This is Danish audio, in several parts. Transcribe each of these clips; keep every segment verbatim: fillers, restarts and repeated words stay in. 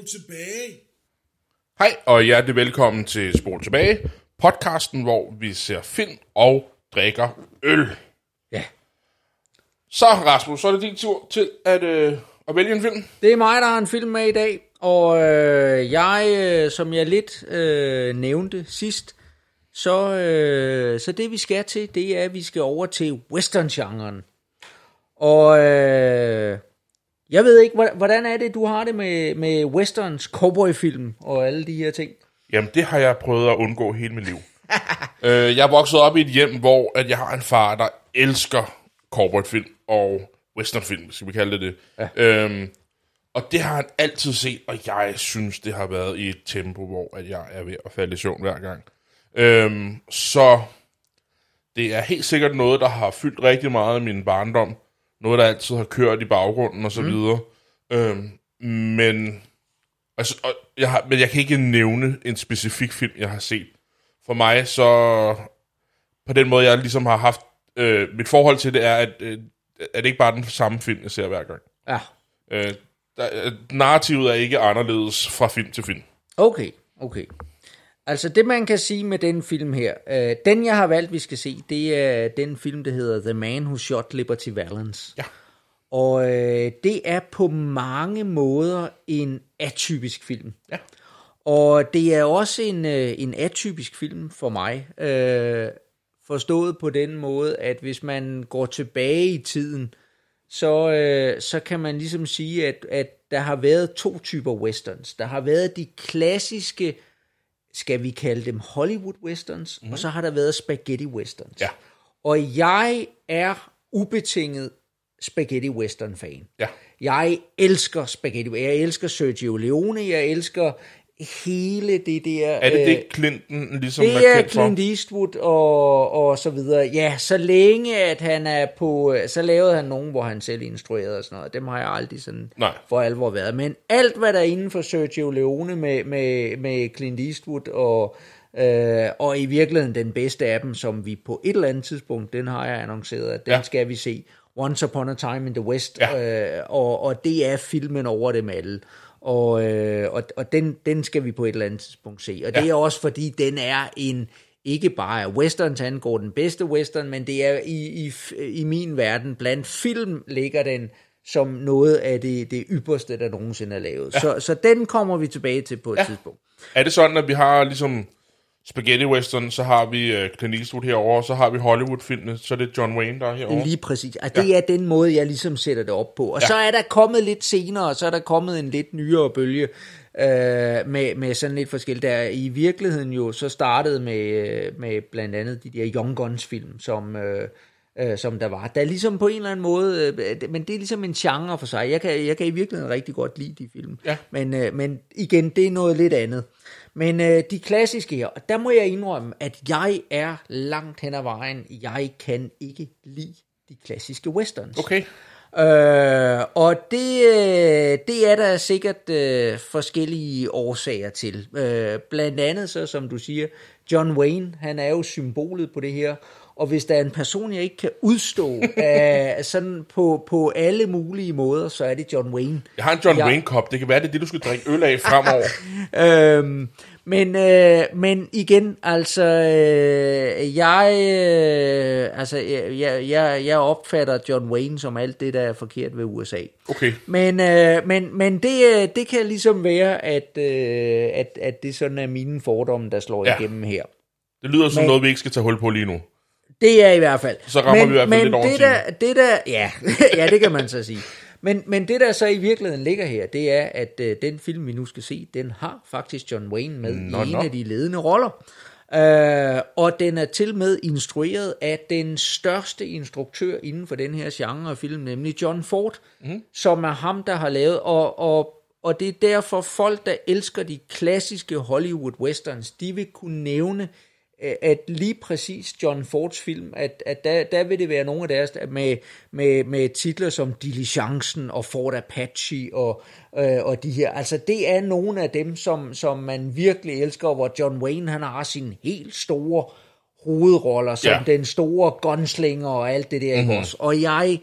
tilbage. Hej og hjertelig velkommen til Spol tilbage, podcasten, hvor vi ser film og drikker øl. Ja. Så Rasmus, så er det din tur til at, øh, at vælge en film. Det er mig, der har en film med i dag, og øh, jeg, øh, som jeg lidt øh, nævnte sidst, så, øh, så det vi skal til, det er, at vi skal over til western-genren. Og øh, jeg ved ikke, hvordan er det, du har det med, med westerns, cowboyfilm og alle de her ting? Jamen, det har jeg prøvet at undgå hele mit liv. øh, jeg er vokset op i et hjem, hvor at jeg har en far, der elsker cowboyfilm og westernfilm, skal vi kalde det det. Ja. Øhm, og det har han altid set, og jeg synes, det har været i et tempo, hvor at jeg er ved at falde i søvn hver gang. Øhm, så det er helt sikkert noget, der har fyldt rigtig meget i min barndom. Noget, der altid har kørt i baggrunden og så mm. videre. Øhm, men, altså, og jeg har, men jeg kan ikke nævne en specifik film, jeg har set. For mig, så på den måde, jeg ligesom har haft, øh, mit forhold til det er, at, øh, at det ikke bare er den samme film, jeg ser hver gang. Ja. Øh, der, narrativet er ikke anderledes fra film til film. Okay, okay. Altså det man kan sige med den film her, øh, den jeg har valgt vi skal se, det er den film der hedder The Man Who Shot Liberty Valance. Ja. Og øh, det er på mange måder en atypisk film. Ja. Og det er også en, øh, en atypisk film for mig, øh, forstået på den måde, at hvis man går tilbage i tiden, så, øh, så kan man ligesom sige, at, at der har været to typer westerns. Der har været de klassiske, skal vi kalde dem Hollywood westerns, mm. og så har der været spaghetti westerns. Ja. Og jeg er ubetinget spaghetti western fan. Ja. Jeg elsker spaghetti. Jeg elsker Sergio Leone. Jeg elsker hele det der. Er det øh, det Clinton ligesom det er er kendt for? Clint Eastwood og, og så videre. Ja, så længe at han er på, så lavede han nogen, hvor han selv instruerede og sådan noget. Dem har jeg aldrig sådan Nej. for alvor været. Men alt hvad der er inden for Sergio Leone med, med, med Clint Eastwood og øh, og i virkeligheden den bedste af dem, som vi på et eller andet tidspunkt, den har jeg annonceret, at den Ja. skal vi se. Once Upon a Time in the West. Ja. Øh, og, og det er filmen over dem alle. Og, øh, og, og den, den skal vi på et eller andet tidspunkt se. Og det Ja. er også fordi, den er en, ikke bare af westerns angår den bedste western, men det er i, i, i min verden, blandt film ligger den som noget af det, det ypperste, der nogensinde er lavet. Ja. Så, så den kommer vi tilbage til på et Ja. tidspunkt. Er det sådan, at vi har ligesom spaghetti western, så har vi uh, Clint Eastwood herovre, så har vi Hollywood-filmene, så er det John Wayne, der er herovre? Lige præcis. Og det ja. er den måde, jeg ligesom sætter det op på. Og ja. så er der kommet lidt senere, og så er der kommet en lidt nyere bølge øh, med, med sådan lidt forskelligt. Der i virkeligheden jo så startede med, med blandt andet de der Young Guns-film, som... Øh, øh, som der var. Der er ligesom på en eller anden måde, øh, men det er ligesom en genre for sig. Jeg kan, jeg kan i virkeligheden rigtig godt lide de film. Ja. Men, øh, men igen, det er noget lidt andet. Men øh, de klassiske her, der må jeg indrømme, at jeg er langt hen ad vejen. Jeg kan ikke lide de klassiske westerns. Okay. Øh, og det, øh, det er der sikkert øh, forskellige årsager til. Øh, blandt andet så, som du siger, John Wayne, han er jo symbolet på det her. Og hvis der er en person, jeg ikke kan udstå øh, sådan på, på alle mulige måder, så er det John Wayne. Jeg har en John jeg... Wayne-kop. Det kan være, det er det, du skal drikke øl af fremover. øhm, men, øh, men igen, altså, øh, jeg, øh, altså jeg, jeg, jeg opfatter John Wayne som alt det, der er forkert ved U S A. Okay. Men, øh, men, men det, det kan ligesom være, at, øh, at, at det sådan er mine fordomme, der slår Ja. igennem her. Det lyder som Men- noget, vi ikke skal tage hul på lige nu. Det er i hvert fald. Så rammer men, vi i hvert fald men lidt over det en der, det der, ja, ja, det kan man så sige. Men, men det der så i virkeligheden ligger her, det er, at øh, den film, vi nu skal se, den har faktisk John Wayne med Nå, i en nå. af de ledende roller. Øh, og den er til med instrueret af den største instruktør inden for den her genre af film, nemlig John Ford, mm. som er ham, der har lavet, og, og, og det er derfor folk, der elsker de klassiske Hollywood westerns, de vil kunne nævne, at lige præcis John Fords film, at, at der, der vil det være nogle af deres med, med, med titler som Diligencen og Fort Apache og, øh, og de her. Altså det er nogle af dem, som, som man virkelig elsker, hvor John Wayne han har sine helt store hovedroller, som Ja. den store gunslinger og alt det der. Mm-hmm. Også. Og jeg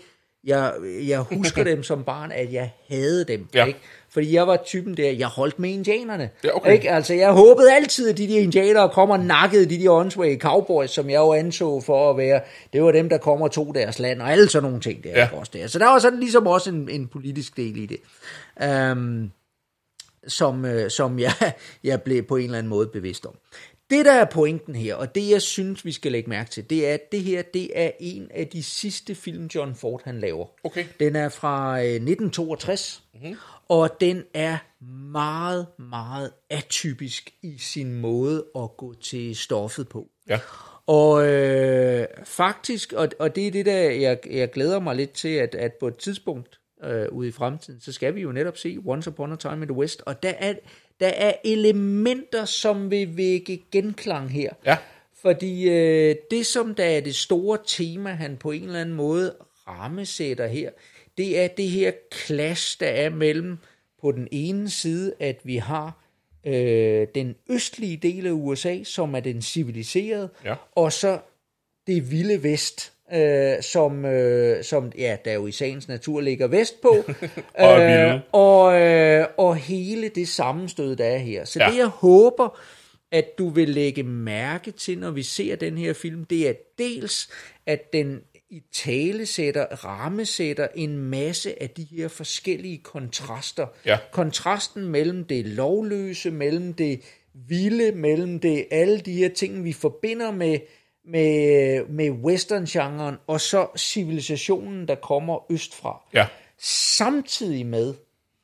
jeg, jeg husker dem som barn, at jeg havde dem, ja. ikke? Fordi jeg var typen der, jeg holdt med indianerne. Ja, okay. Ikke? Altså, jeg håbede altid, at de der indianere kommer og nakkede de der Onsway Cowboys, som jeg jo anså for at være, det var dem, der kommer og tog deres land, og alle sådan nogle ting der. Ja. Også der. Så der var sådan ligesom også en, en politisk del i det, um, som, uh, som jeg, jeg blev på en eller anden måde bevidst om. Det, der er pointen her, og det, jeg synes, vi skal lægge mærke til, det er, at det her, det er en af de sidste film, John Ford, han laver. Okay. Den er fra øh, nitten toogtres, mm-hmm. og den er meget, meget atypisk i sin måde at gå til stoffet på. Ja. Og øh, faktisk, og, og det er det, der jeg, jeg glæder mig lidt til, at, at på et tidspunkt øh, ude i fremtiden, så skal vi jo netop se Once Upon a Time in the West, og der er... Der er elementer, som vil vække genklang her. Ja. Fordi øh, det, som der er det store tema, han på en eller anden måde rammesætter her, det er det her clash, der er mellem på den ene side, at vi har øh, den østlige del af U S A, som er den civiliserede, ja. og så det vilde vest, Øh, som, øh, som ja, der jo i sagens natur ligger vestpå, og, øh, og, øh, og hele det sammenstød, der er her. Så ja. det, jeg håber, at du vil lægge mærke til, når vi ser den her film, det er dels, at den i talesætter, rammesætter en masse af de her forskellige kontraster. Ja. Kontrasten mellem det lovløse, mellem det vilde, mellem det alle de her ting, vi forbinder med med, med western-genren, og så civilisationen, der kommer østfra. Ja. Samtidig med,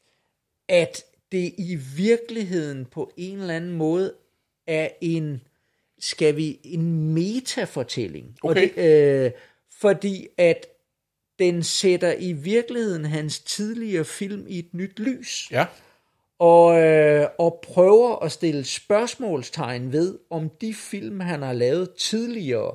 at det i virkeligheden på en eller anden måde er en, skal vi, en metafortælling. Okay. Og det, øh, fordi at den sætter i virkeligheden hans tidligere film i et nyt lys. Ja. Og, øh, og prøver at stille spørgsmålstegn ved, om de film, han har lavet tidligere,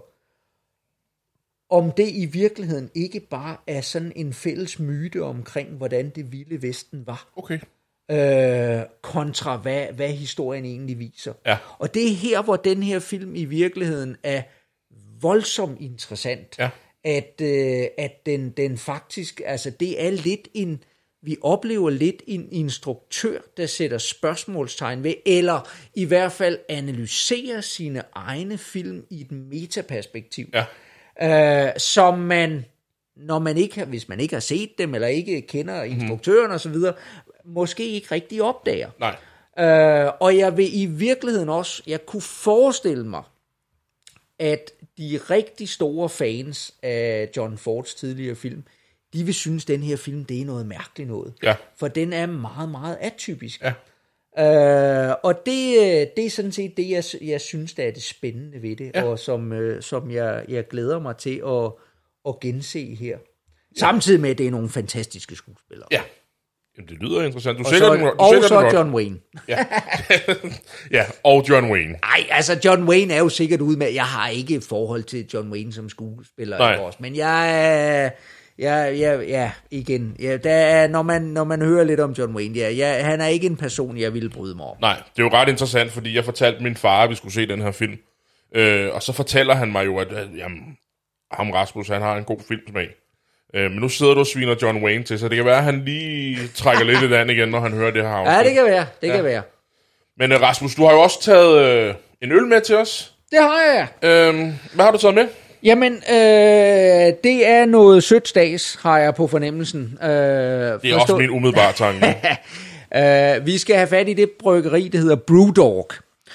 om det i virkeligheden ikke bare er sådan en fælles myte omkring, hvordan det vilde vesten var. Okay. Øh, kontra hvad, hvad historien egentlig viser. Ja. Og det er her, hvor den her film i virkeligheden er voldsomt interessant. Ja. At, øh, at den, den faktisk, altså det er lidt en... Vi oplever lidt en instruktør, der sætter spørgsmålstegn ved, eller i hvert fald analyserer sine egne film i et metaperspektiv. Ja. Øh, som man, når man ikke, hvis man ikke har set dem, eller ikke kender instruktøren mm. osv., måske ikke rigtig opdager. Nej. Øh, og jeg vil i virkeligheden også, jeg kunne forestille mig, at de rigtig store fans af John Fords tidligere film, de vil synes, at den her film, det er noget mærkeligt noget. Ja. For den er meget, meget atypisk. Ja. Øh, og det, det er sådan set det, jeg, jeg synes, der er det spændende ved det, ja. Og som, øh, som jeg, jeg glæder mig til at, at gense her. Ja. Samtidig med, at det er nogle fantastiske skuespillere. Ja. Jamen, det lyder interessant. Du og sælger så, den, du og sælger så den John Wayne. Ja. Ja, og John Wayne. Nej, altså John Wayne er jo sikkert ude med, jeg har ikke et forhold til John Wayne som skuespiller. Også, men jeg Ja, ja, ja, igen. Ja, der er, når, man, når man hører lidt om John Wayne, ja, ja, han er ikke en person, jeg ville bryde mig om. Nej, det er jo ret interessant, fordi jeg fortalte min far, at vi skulle se den her film. Øh, og så fortæller han mig jo, at, at jamen, ham Rasmus, han har en god filmsmag. Øh, men nu sidder du og sviner John Wayne til, så det kan være, at han lige trækker lidt i den igen, når han hører det her afsnit. Ja, det kan være, det ja. kan være. Men uh, Rasmus, du har jo også taget øh, en øl med til os. Det har jeg. Øh, hvad har du taget med? Jamen, øh, det er noget sødt stads, har jeg på fornemmelsen. Øh, det er forstå- også min umiddelbare tanke. øh, vi skal have fat i det bryggeri, der hedder Brewdog.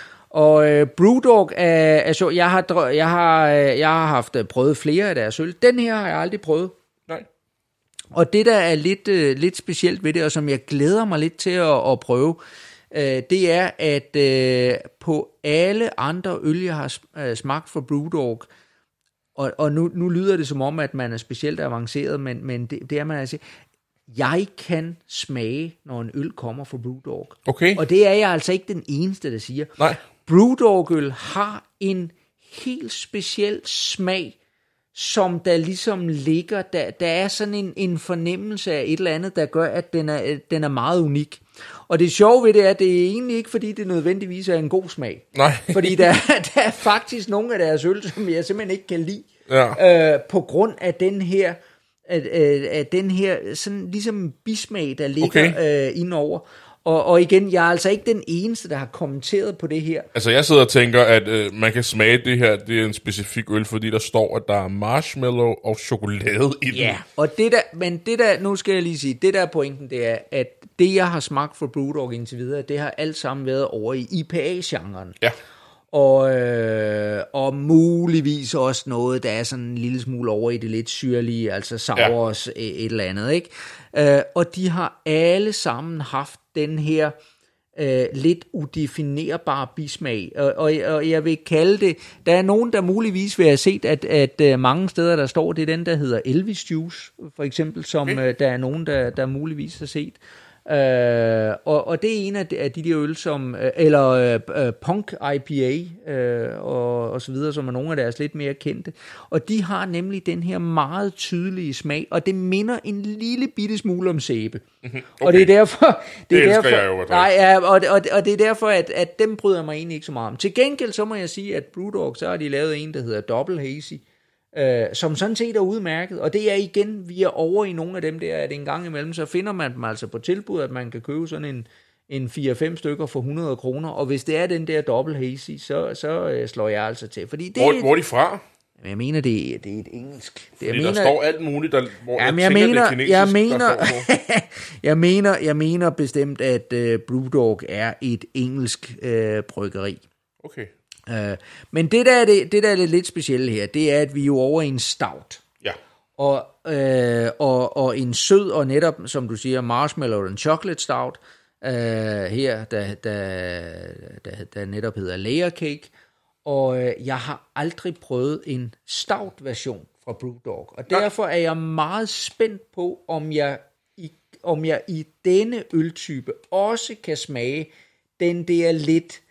Og øh, Brewdog er, er så, jeg har, jeg, har, jeg har haft prøvet flere af deres øl. Den her har jeg aldrig prøvet. Nej. Og det, der er lidt, øh, lidt specielt ved det, og som jeg glæder mig lidt til at, at prøve, øh, det er, at øh, på alle andre øl, jeg har smagt fra Brewdog, Og, og nu, nu lyder det som om, at man er specielt avanceret, men, men det, det er man altså. Jeg kan smage, når en øl kommer fra Brewdog. Okay. Og det er jeg altså ikke den eneste, der siger. Nej. Brewdog-øl har en helt speciel smag, som der ligesom ligger. Der, der er sådan en, en fornemmelse af et eller andet, der gør, at den er, den er meget unik. Og det sjove ved det er, at det er egentlig ikke, fordi det nødvendigvis er en god smag. Nej. Fordi der, der er faktisk nogle af deres øl, som jeg simpelthen ikke kan lide, ja. øh, på grund af den her at, at, at den her, sådan ligesom en bismag, der ligger Okay. øh, indover. Og, og igen, jeg er altså ikke den eneste, der har kommenteret på det her. Altså, jeg sidder og tænker, at øh, man kan smage det her, det er en specifik øl, fordi der står, at der er marshmallow og chokolade i den. Ja, og det der, men det der, nu skal jeg lige sige, det der er pointen, det er, at det, jeg har smagt for Brewdog indtil videre, det har alt sammen været over i I P A-genren. Ja. Og, øh, og muligvis også noget, der er sådan en lille smule over i det lidt syrlige, altså sours, ja. et eller andet, ikke? Øh, og de har alle sammen haft den her øh, lidt udefinerbare bismag, og, og, og jeg vil kalde det, der er nogen, der muligvis vil have set, at, at, at mange steder, der står, det er den, der hedder Elvis Juice, for eksempel, som okay. øh, der er nogen, der, der muligvis har set. Uh, og, og det er en af de, af de der øl, som, uh, eller uh, uh, Punk I P A, uh, og, og så videre, som er nogle af deres lidt mere kendte. Og de har nemlig den her meget tydelige smag, og det minder en lille bitte smule om sæbe. Okay. Og det er derfor... Det, det er elsker derfor, jeg jo. nej, ja, og, og, og det er derfor, at, at dem bryder mig egentlig ikke så meget om. Til gengæld, så må jeg sige, at Brewdog, så har de lavet en, der hedder Double Hazy, Øh, som sådan set er udmærket, og det er igen, vi er over i nogle af dem der, at en gang imellem, så finder man dem altså på tilbud, at man kan købe sådan en, en fire fem stykker for hundrede kroner, og hvis det er den der Double Hazy, så, så øh, slår jeg altså til. Fordi det, hvor, hvor er de fra? Jeg mener, det, er, det er et engelsk. Det, Fordi jeg der mener, står alt muligt, der, hvor jamen, jeg, jeg, tænker, mener, det er kinesisk, jeg, mener, der jeg, mener, jeg mener bestemt, at uh, Brewdog er et engelsk uh, bryggeri. Okay. Uh, men det der, er det, det, der er det lidt specielle her, det er, at vi er jo over i en stout. Ja. Og, øh, og, og en sød og netop, som du siger, marshmallow and chocolate stout, øh, her, der, der, der, der netop hedder layer cake. Og øh, jeg har aldrig prøvet en stout version fra Brewdog. Og derfor er jeg meget spændt på, om jeg i, om jeg i denne øltype også kan smage den der lidt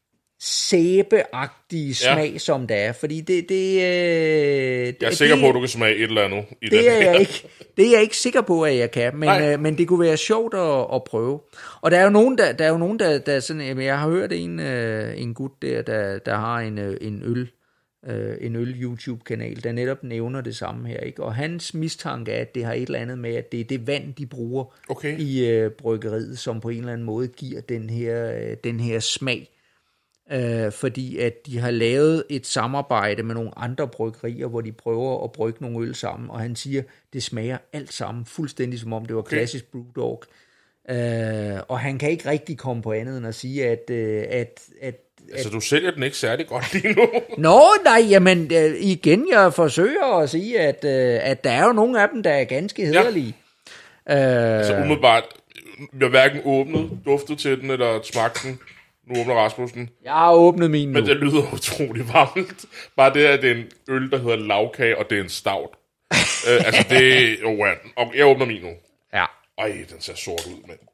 sæbeagtige smag, ja. Som der er. Fordi det... det øh, jeg er det, sikker det, på, at du kan smage et eller andet i det den er jeg ikke, det er jeg ikke sikker på, at jeg kan, men, øh, men det kunne være sjovt at, at prøve. Og der er jo nogen, der, der, er jo nogen, der, der sådan... Jamen, jeg har hørt en, øh, en gut der, der, der har en, øh, en øl, øh, en øl-YouTube-kanal, der netop nævner det samme her, ikke? Og hans mistanke er, at det har et eller andet med, at det er det vand, de bruger okay. i øh, bryggeriet, som på en eller anden måde giver den her, øh, den her smag. Øh, fordi at de har lavet et samarbejde med nogle andre bryggerier, hvor de prøver at brygge nogle øl sammen, og han siger, det smager alt sammen fuldstændig som om det var klassisk okay. Brewdog. Øh, og han kan ikke rigtig komme på andet end at sige, at... Øh, at, at altså, du sælger den ikke særlig godt lige nu. Nå, nej, jamen, øh, igen, jeg forsøger at sige, at, øh, at der er jo nogle af dem, der er ganske hæderlige. Ja. Øh, altså, umiddelbart, jeg hverken åbnet, duftet til den, eller smagt den. Nu åbner Rasmussen. Jeg har åbnet min nu. Men det lyder utrolig varmt. Bare det, at det er en øl, der hedder lavkage, og det er en stout. øh, altså, det er... Oh, og jeg åbner min nu. Ja. Ej, den ser sort ud, mand.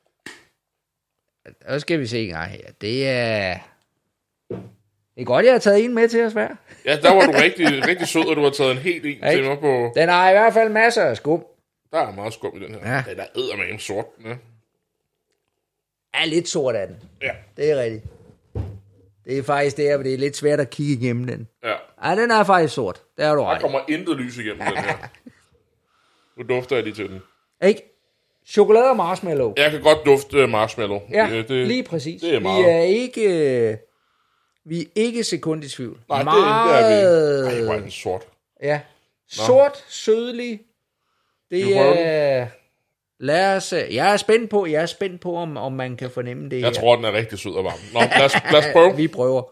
Så skal vi se engang her. Det er... Det er godt, jeg har taget en med til at svære. Ja, der var du rigtig, rigtig sød, og du har taget en helt en til mig på... Den har i hvert fald masser af skum. Der er meget skum i den her. Ja. Den er eddermame sort. Ja. Er lidt sort af den. Ja. Det er rigtigt. Det er faktisk det, det er lidt svært at kigge igennem den. Ja. Ja, den er faktisk sort. Der er du ret. Der kommer intet lys igennem den her. Nu dufter jeg lige til den. Ikke? Chokolade og marshmallow. Jeg kan godt dufte marshmallow. Ja, det, det, lige præcis. Det er meget. Vi er ikke, vi er ikke sekund i tvivl. Nej, meget... det, det er vi. Ej, hvor er den sort. Ja. Sort, Nå. Sødlig. Det er... Lad os, jeg er spændt på, jeg er spændt på, om, om man kan fornemme det jeg her. Jeg tror, den er rigtig sød og varm. Nå, lad os, lad os prøve. Vi prøver.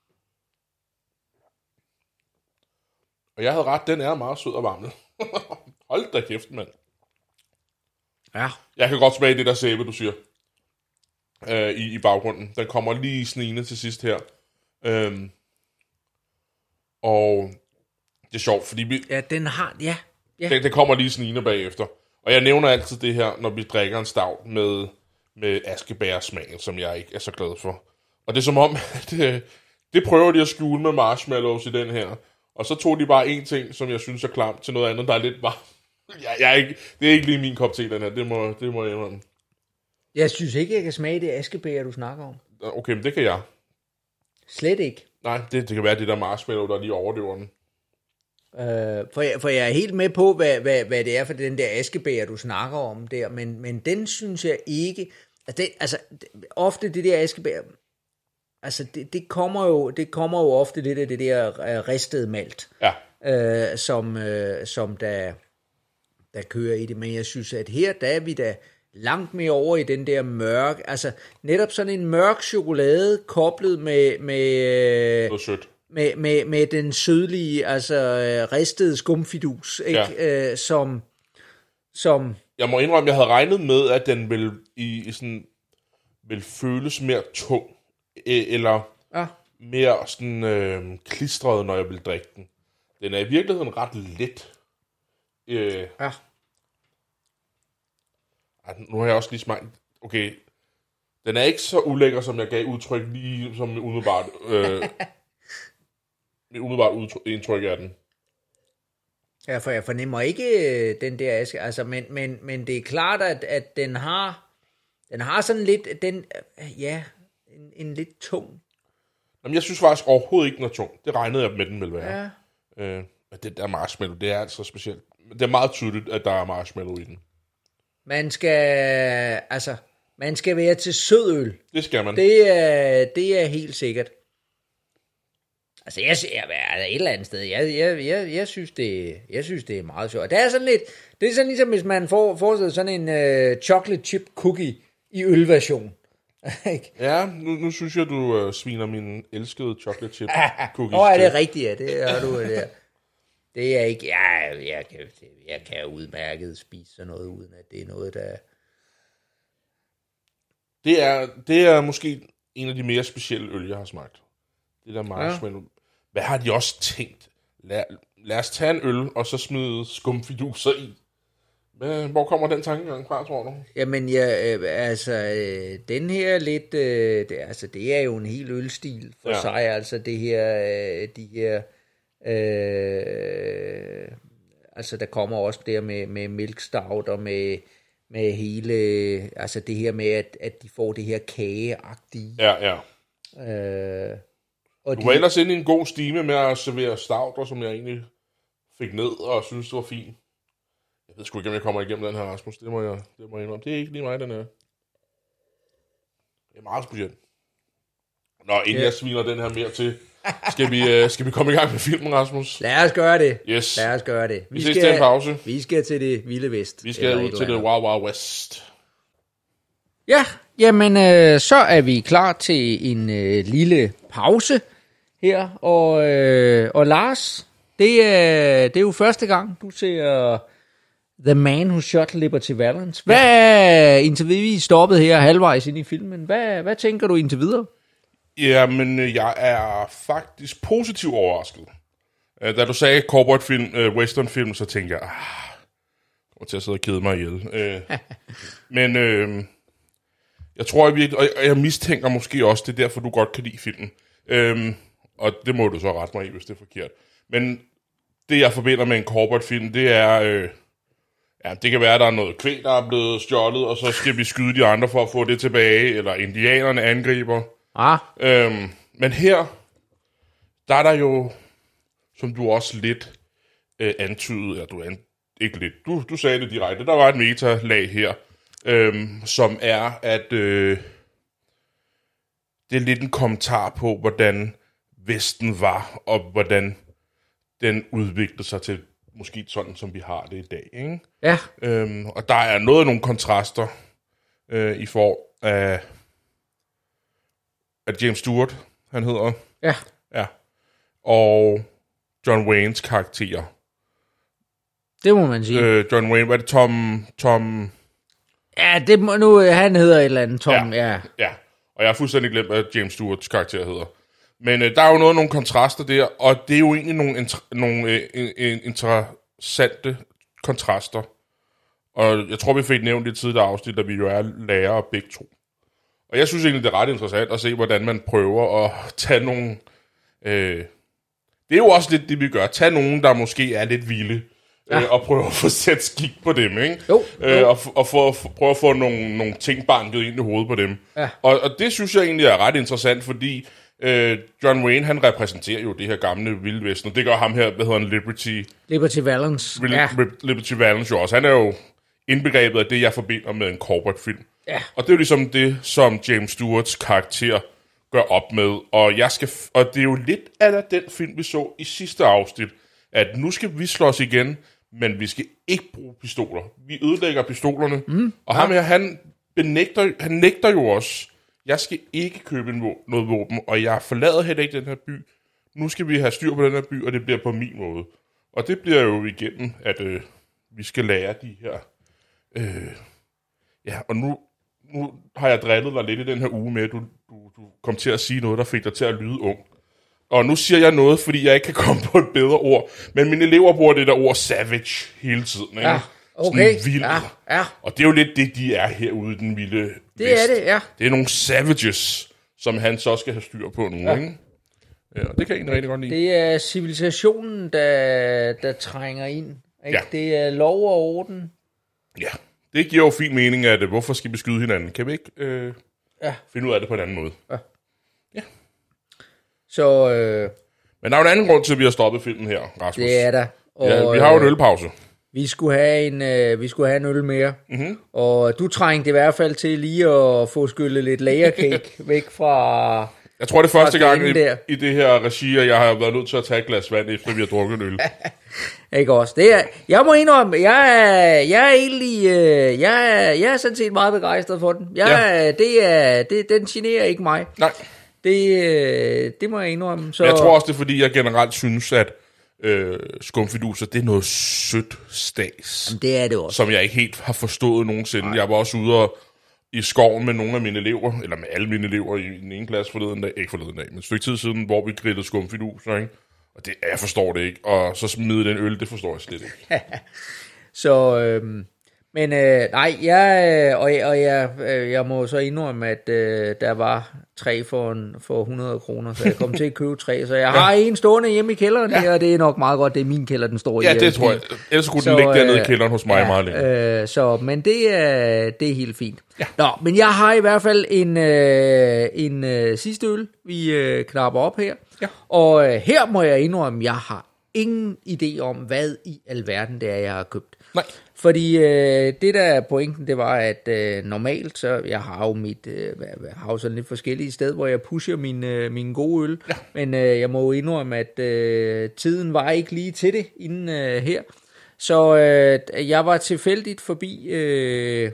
Og jeg havde ret, den er meget sød og varm. Hold da kæft, mand. Ja. Jeg kan godt smage det der sæbe, du siger. Øh, i, I baggrunden. Den kommer lige snigende til sidst her. Øhm, og det er sjovt, fordi vi... Ja, den har... Ja. ja. Den, den kommer lige snigende bagefter. Og jeg nævner altid det her, når vi drikker en stout med, med askebærsmagen, som jeg ikke er så glad for. Og det er som om, det, det prøver de at skjule med marshmallows i den her. Og så tog de bare en ting, som jeg synes er klamt, til noget andet, der er lidt varmt. Jeg, jeg er ikke, det er ikke lige min kop te, den her. Det må, det må jeg indrømme. Jeg synes ikke, jeg kan smage det askebær, du snakker om. Okay, men det kan jeg. Slet ikke. Nej, det, det kan være det der marshmallow, der lige overdøver den. Øh, for, jeg, for jeg er helt med på, hvad, hvad, hvad det er for den der askebæger, du snakker om der, men, men den synes jeg ikke, altså, det, altså ofte det der askebæger, altså det, det, kommer jo, det kommer jo ofte lidt af det der uh, ristede malt, ja. øh, som, øh, som der, der kører i det, men jeg synes, at her, der er vi da langt mere over i den der mørk, altså netop sådan en mørk chokolade, koblet med, med, Noget sødt. med, med, med den sødlige, altså ristede skumfidus, ikke? Ja. Øh, som, som... Jeg må indrømme, jeg havde regnet med, at den vil, i, i sådan, vil føles mere tung, eller ja. mere sådan øh, klistret, når jeg vil drikke den. Den er i virkeligheden ret let. Øh, ja. Nu har jeg også lige smagt... Okay, den er ikke så ulækker, som jeg gav udtryk lige som umiddelbart... Øh, umiddelbart udtryk, indtryk af den. Ja, for jeg fornemmer ikke den der aske, altså, men, men, men det er klart, at, at den har... Den har sådan lidt... Den, ja, en, en lidt tung... Jamen, jeg synes faktisk overhovedet ikke, den er tung. Det regnede jeg med, den ville være. Ja. Øh, det der marshmallow, det er altså specielt. Det er meget tydeligt, at der er marshmallow i den. Man skal, altså, man skal være til sødøl. Det skal man. Det er, det er helt sikkert. Altså, jeg ser altså, et eller andet sted. Jeg, jeg, jeg, jeg, synes, det, jeg synes, det er meget sjovt. Det er sådan lidt, det er sådan ligesom, hvis man får forestiller sådan en uh, chocolate chip cookie i ølversion. Ja, nu, nu synes jeg, du uh, sviner min elskede chocolate chip cookies. Nå, er det rigtigt, ja. Det har du der. Det er ikke, ja, jeg kan, jeg kan udmærket spise sådan noget, uden at det er noget, der... Det er, det er måske en af de mere specielle øl, jeg har smagt. Det der marshmallow. Ja. Hvad har de også tænkt? Lad, lad os tage en øl, og så smide skumfiduser i. Men, hvor kommer den tankegang fra, tror du? Jamen, ja, øh, altså, øh, den her lidt, øh, det, altså, det er jo en helt ølstil for ja. sig, altså det her, øh, de her... Øh, altså der kommer også der med, med milk stout og med, med hele, altså det her med, at, at de får det her kageagtige. Ja, ja. Øh, og du de, var ellers inde i en god stime med at servere stouter, som jeg egentlig fik ned og synes det var fint. Jeg ved sgu ikke, om jeg kommer igennem den her, Rasmus. Det må jeg, det må jeg indrømme. Det er ikke lige mig, den er. Det er meget specielt. Nå, inden ja. jeg sviner den her mere til, skal vi, uh, skal vi komme i gang med filmen, Rasmus? Lad os gøre det. Yes. Lad os gøre det. Vi, vi ses til en pause. Vi skal til det vilde vest. Vi skal ud til det Wild Wild West. Ja, jamen øh, så er vi klar til en øh, lille pause her. Og, øh, og Lars, det er, det er jo første gang, du ser The Man Who Shot Liberty Valance. Hvad er indtil vi stoppet her halvvejs ind i filmen? Hvad, hvad tænker du indtil videre? Jamen, jeg er faktisk positivt overrasket. Da du sagde cowboy-film, uh, western-film, så tænkte jeg, ah, jeg kommer til at sidde og kede mig ihjel. Uh, men uh, jeg tror, jeg virkelig, og jeg mistænker måske også, det er derfor, du godt kan lide filmen. Uh, og det må du så rette mig i, hvis det er forkert. Men det, jeg forbinder med en cowboy-film, det er... Uh, ja, det kan være, at der er noget kvæg, der er blevet stjålet, og så skal vi skyde de andre for at få det tilbage, eller indianerne angriber. Ah. Øhm, men her, der er der jo, som du også lidt øh, antydede, ja, du an, ikke lidt, du, du sagde det direkte, der var et meta-lag her, øhm, som er, at øh, det er lidt en kommentar på, hvordan Vesten var, og hvordan den udviklede sig til måske sådan, som vi har det i dag, ikke? Ja. Øhm, og der er noget af nogle kontraster øh, i form af at James Stewart, han hedder. Ja. Ja. Og John Waynes karakterer. Det må man sige. Øh, John Wayne, hvad er det? Tom... Tom... Ja, det må nu... Han hedder et eller andet, Tom, ja. Ja, ja. Og jeg har fuldstændig glemt, hvad James Stewarts karakter hedder. Men øh, der er jo noget, nogle kontraster der, og det er jo egentlig nogle, inter- nogle øh, interessante kontraster. Og jeg tror, vi fik nævnt det tidligere afsnit, at vi jo er lærere begge to. Og jeg synes egentlig, det er ret interessant at se, hvordan man prøver at tage nogle... Øh, det er jo også lidt det, vi gør. Tag nogen, der måske er lidt vilde, ja. øh, og prøve at få sat skik på dem, ikke? Jo, jo. Øh, og og for, for, prøve at få nogle, nogle ting banket ind i hovedet på dem. Ja. Og, og det synes jeg egentlig er ret interessant, fordi Øh, John Wayne, han repræsenterer jo det her gamle Vilde Vesten, og det gør ham her, hvad hedder han, Liberty... Liberty Valance. Re- ja. Re- Liberty Valance jo også. Han er jo indbegrebet af det, jeg forbinder med en corporate-film. Ja. Og det er jo ligesom det, som James Stewarts karakter gør op med. Og, jeg skal f- og det er jo lidt af den film, vi så i sidste afsnit, at nu skal vi slås igen, men vi skal ikke bruge pistoler. Vi ødelægger pistolerne. Mm, og ham her, han, benægter, han nægter jo også, jeg skal ikke købe en vå- noget våben, og jeg forlader heller ikke den her by. Nu skal vi have styr på den her by, og det bliver på min måde. Og det bliver jo igennem, at øh, vi skal lære de her... Øh, ja, og nu, nu har jeg drillet dig lidt i den her uge med, at du, du, du kom til at sige noget, der fik dig til at lyde ung. Og nu siger jeg noget, fordi jeg ikke kan komme på et bedre ord. Men mine elever bruger det der ord savage hele tiden. Ikke? Ja, okay. Sådan vild. Ja, ja. Og det er jo lidt det, de er herude i den vilde Det vest. er det, ja. Det er nogle savages, som han så skal have styr på nu. Ja. Ikke? Ja, det kan jeg egentlig rigtig godt lide. Det er civilisationen, der, der trænger ind. Ikke? Ja. Det er lov og orden. Ja, det giver jo fin mening, at hvorfor skal vi skyde hinanden? Kan vi ikke øh, ja. finde ud af det på en anden måde? Ja. Ja. Så øh, Men der er jo en anden grund til, at vi har stoppet filmen her, Rasmus. det er der. Og, ja, vi har jo en ølpause. Vi skulle have en, øh, vi skulle have en øl mere. Mm-hmm. Og du trængte i hvert fald til lige at få skyllet lidt lagercake væk fra... Jeg tror, det er første gang i, der. i det her regi, at jeg har været nødt til at tage et glas vand, efter vi har drukket en øl. Ikke også? Det er, jeg må indrømme, jeg er, jeg er egentlig, øh, jeg er, jeg er sådan set meget begejstret for den. Jeg, Ja. det er, det, den generer ikke mig. Nej. Det, øh, det må jeg indrømme. Så, Jeg tror også, det er, fordi jeg generelt synes, at øh, skumfiduser, det er noget sødt stas, Jamen, det er det også. som jeg ikke helt har forstået nogensinde. Nej. Jeg var også ude og, i skoven med nogle af mine elever, eller med alle mine elever i den ene klasse forleden dag, ikke forleden dag, men et stykke tid siden, hvor vi grillede skumfiduser, ikke? Og det, jeg forstår det ikke. Og så smide den øl, det forstår jeg slet ikke. Så, øh, men øh, nej, jeg, og, og jeg, øh, jeg må så indrømme, at øh, der var tre for, en, for hundrede kroner, så jeg kom til at købe tre, så jeg ja. har en stående hjemme i kælderen, ja. og det er nok meget godt, det er min kælder, den står ja, i. Ja, det tror jeg. Ellers kunne den ligge dernede i kælderen hos mig ja, meget længe. Øh, så, men det er, det er helt fint. Ja. Nå, men jeg har i hvert fald en, øh, en øh, sidste øl, vi øh, knapper op her, ja. og øh, her må jeg indrømme, jeg har ingen idé om, hvad i alverden det er, jeg har købt. Nej. Fordi øh, det der er pointen, det var, at øh, normalt, så jeg har jo mit, øh, jeg har jo sådan lidt forskellige steder, hvor jeg pusher min, øh, min gode øl. Ja. Men øh, jeg må jo indrømme, at øh, tiden var ikke lige til det inden øh, her. Så øh, jeg var tilfældigt forbi øh,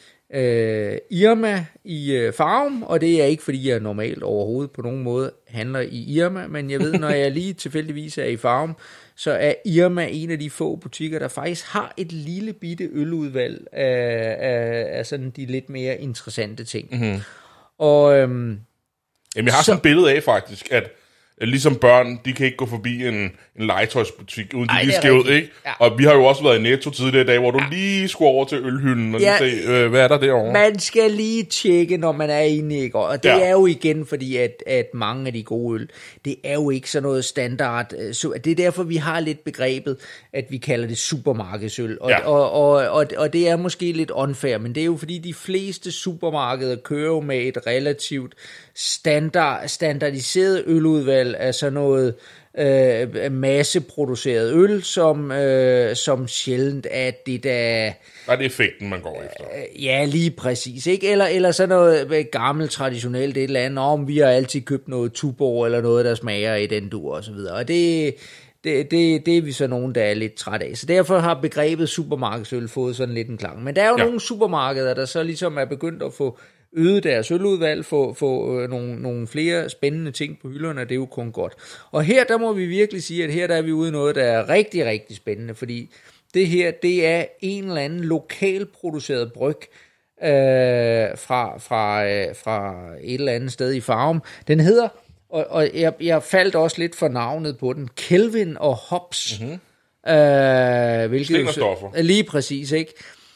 øh, Irma i øh, Farum, og det er ikke, fordi jeg normalt overhovedet på nogen måde handler i Irma, men jeg ved, når jeg lige tilfældigvis er i Farum, så er Irma en af de få butikker, der faktisk har et lille bitte øludvalg af, af, af sådan de lidt mere interessante ting. Mm-hmm. Og øhm, Jamen, jeg har så... sådan et billede af faktisk, at ligesom børn, de kan ikke gå forbi en, en legetøjsbutik, uden Ej, de lige skal ud, ikke? Ja. Og vi har jo også været i Netto tidligere i dag, hvor du ja. lige skulle over til ølhylden, og ja. lige se, øh, hvad er der derovre? Man skal lige tjekke, når man er inde, ikke? Og det ja. er jo igen, fordi at, at mange af de gode øl, det er jo ikke sådan noget standard. Så det er derfor, vi har lidt begrebet, at vi kalder det supermarkedsøl. Og, ja. og, og, og, og det er måske lidt unfair, men det er jo fordi, de fleste supermarkeder kører jo med et relativt standard, standardiseret øludvalg af sådan noget øh, masseproduceret øl, som, øh, som sjældent er det der... Nej, det er effekten, man går efter. Øh, ja, lige præcis. Ikke? Eller, eller sådan noget gammelt, traditionelt et eller andet, om vi har altid købt noget Tuborg eller noget, der smager i den dur og så videre. Og det... Det, det, det er vi så nogen, der er lidt træt af. Så derfor har begrebet supermarkedsøl fået sådan lidt en klang. Men der er jo ja. nogle supermarkeder, der så ligesom er begyndt at få øget deres øludvalg, få, få øh, nogle, nogle flere spændende ting på hylderne, og det er jo kun godt. Og her, der må vi virkelig sige, at her der er vi ude i noget, der er rigtig, rigtig spændende, fordi det her, det er en eller anden lokalproduceret bryg, øh, fra, fra, øh, fra et eller andet sted i Farum. Den hedder... Og, og jeg, jeg faldt også lidt for navnet på den. Kelvin og Hobbs. Mm-hmm. Øh, hvilket jo, lige præcis, ikke?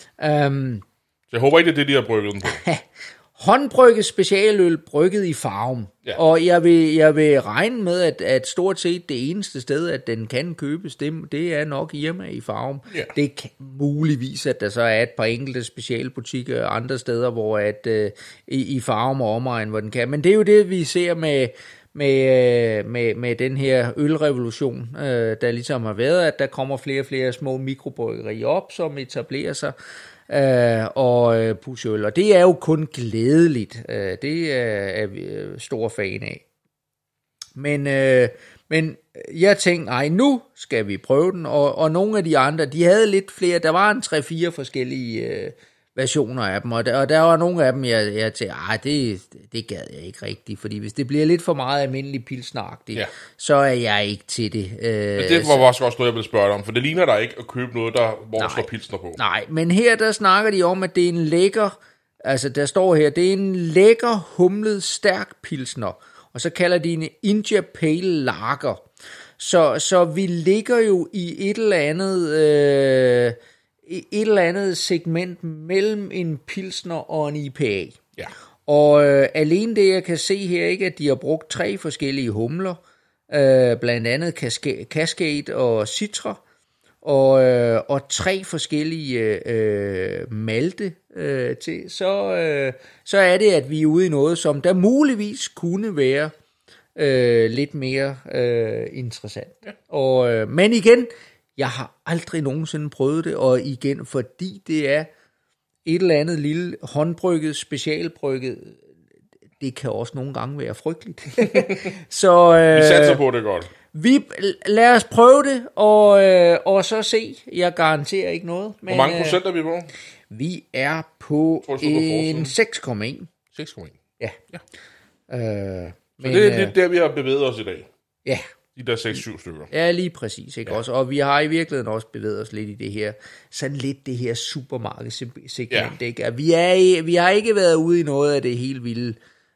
Um, jeg håber ikke, det er det, de har brygget den på. Håndbrygget specialøl brygget i Farum. Ja. Og jeg vil, jeg vil regne med, at, at stort set det eneste sted, at den kan købes, det, det er nok Irma i Farum. Ja. Det kan muligvis, at der så er et par enkelte specialbutikker andre steder, hvor at uh, i, i Farum og omegn, hvor den kan. Men det er jo det, vi ser med, med, med, med den her ølrevolution, øh, der ligesom har været, at der kommer flere og flere små mikrobryggerier op, som etablerer sig øh, og øh, pusher øl. Og det er jo kun glædeligt. Øh, det er, er vi store fan af. Men, øh, men jeg tænkte, ej, nu skal vi prøve den, og, og nogle af de andre, de havde lidt flere, der var en tre-fire forskellige øh, versioner af dem, og der, og der var nogle af dem, jeg, jeg tænkte, ej, det, det gad jeg ikke rigtigt, fordi hvis det bliver lidt for meget almindelig pilsneragtigt, ja. så er jeg ikke til det. Øh, men det var også noget, jeg ville spørge dig om, for det ligner der ikke at købe noget, der, hvor der står pilsner på. Nej, men her der snakker de om, at det er en lækker, altså der står her, det er en lækker, humlet, stærk pilsner, og så kalder de en India Pale Lager. Så, så vi ligger jo i et eller andet øh, et eller andet segment mellem en pilsner og en I P A. Ja. Og øh, alene det, jeg kan se her, ikke, at de har brugt tre forskellige humler, øh, blandt andet Cascade, Cascade og Citra, og, øh, og tre forskellige øh, malte øh, til, så, øh, så er det, at vi er ude i noget, som der muligvis kunne være øh, lidt mere øh, interessant. Ja. Og, øh, men igen, jeg har aldrig nogensinde prøvet det, og igen, fordi det er et eller andet lille håndbrygget, specialbrygget, det kan også nogle gange være frygteligt. så, øh, vi satser på det godt. Vi, lad os prøve det, og, øh, og så se. Jeg garanterer ikke noget. Men, hvor mange procent er vi på? Vi er på tror, en seks komma en. seks komma en? Ja. ja. Øh, så men, det er lidt der, vi har bevæget os i dag? Ja. De der seks syv stykker. Ja, lige præcis. Ikke? Ja. Også, og vi har i virkeligheden også bevæget os lidt i det her, sådan lidt det her supermarkedssegment. Ja. Ikke? Vi, er, vi har ikke været ude i noget af det helt vilde,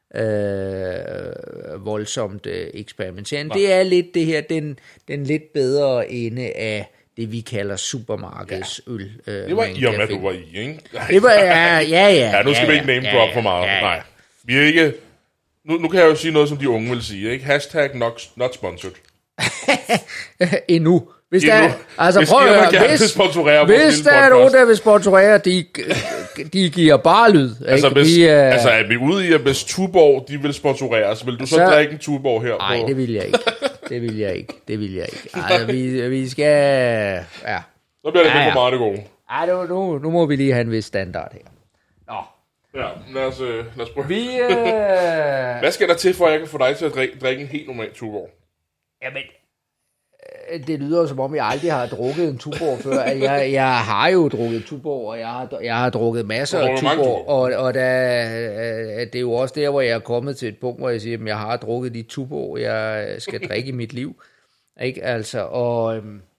øh, voldsomt øh, eksperimenterende. Det er lidt det her, den, den lidt bedre ende af det, vi kalder supermarkedsøl. Ja. Øh, det var i og med, du var i, ikke? Det var, ja, ja, ja. ja, nu skal ja, vi ikke name drop ja, for meget. Ja, ja. Nej. Vi er ikke... Nu, nu kan jeg jo sige noget, som de unge vil sige, ikke? Hashtag not, not sponsored. Endnu. Hvis Endnu. Der, altså hvis prøv at høre, hvis, hvis der er nogen, der vil sponsorere, de, de giver bare lyd. Altså, ikke? hvis, vi, uh, altså er vi ude i, at hvis Tuborg, de vil sponsorere, så vil du så, så drikke en Tuborg her? Nej, det vil jeg ikke. Det vil jeg ikke. Det vil jeg ikke. Altså, vi, vi skal... Ja. Så bliver det ja, lidt ja. for meget det gode. Ej, nu, nu, nu må vi lige have en vis standard her. Nå. Ja, lad os, øh, lad os prøve. Vi, øh... Hvad skal der til, for at jeg kan få dig til at drikke, drikke en helt normal Tuborg? Jamen, det lyder som om, jeg aldrig har drukket en Tuborg før. Jeg, jeg har jo drukket Tuborg, og jeg har, jeg har drukket masser af Tuborg, og, og der, det er jo også der, hvor jeg er kommet til et punkt, hvor jeg siger, at jeg har drukket de Tuborg, jeg skal drikke i mit liv. Ikke? Altså, og,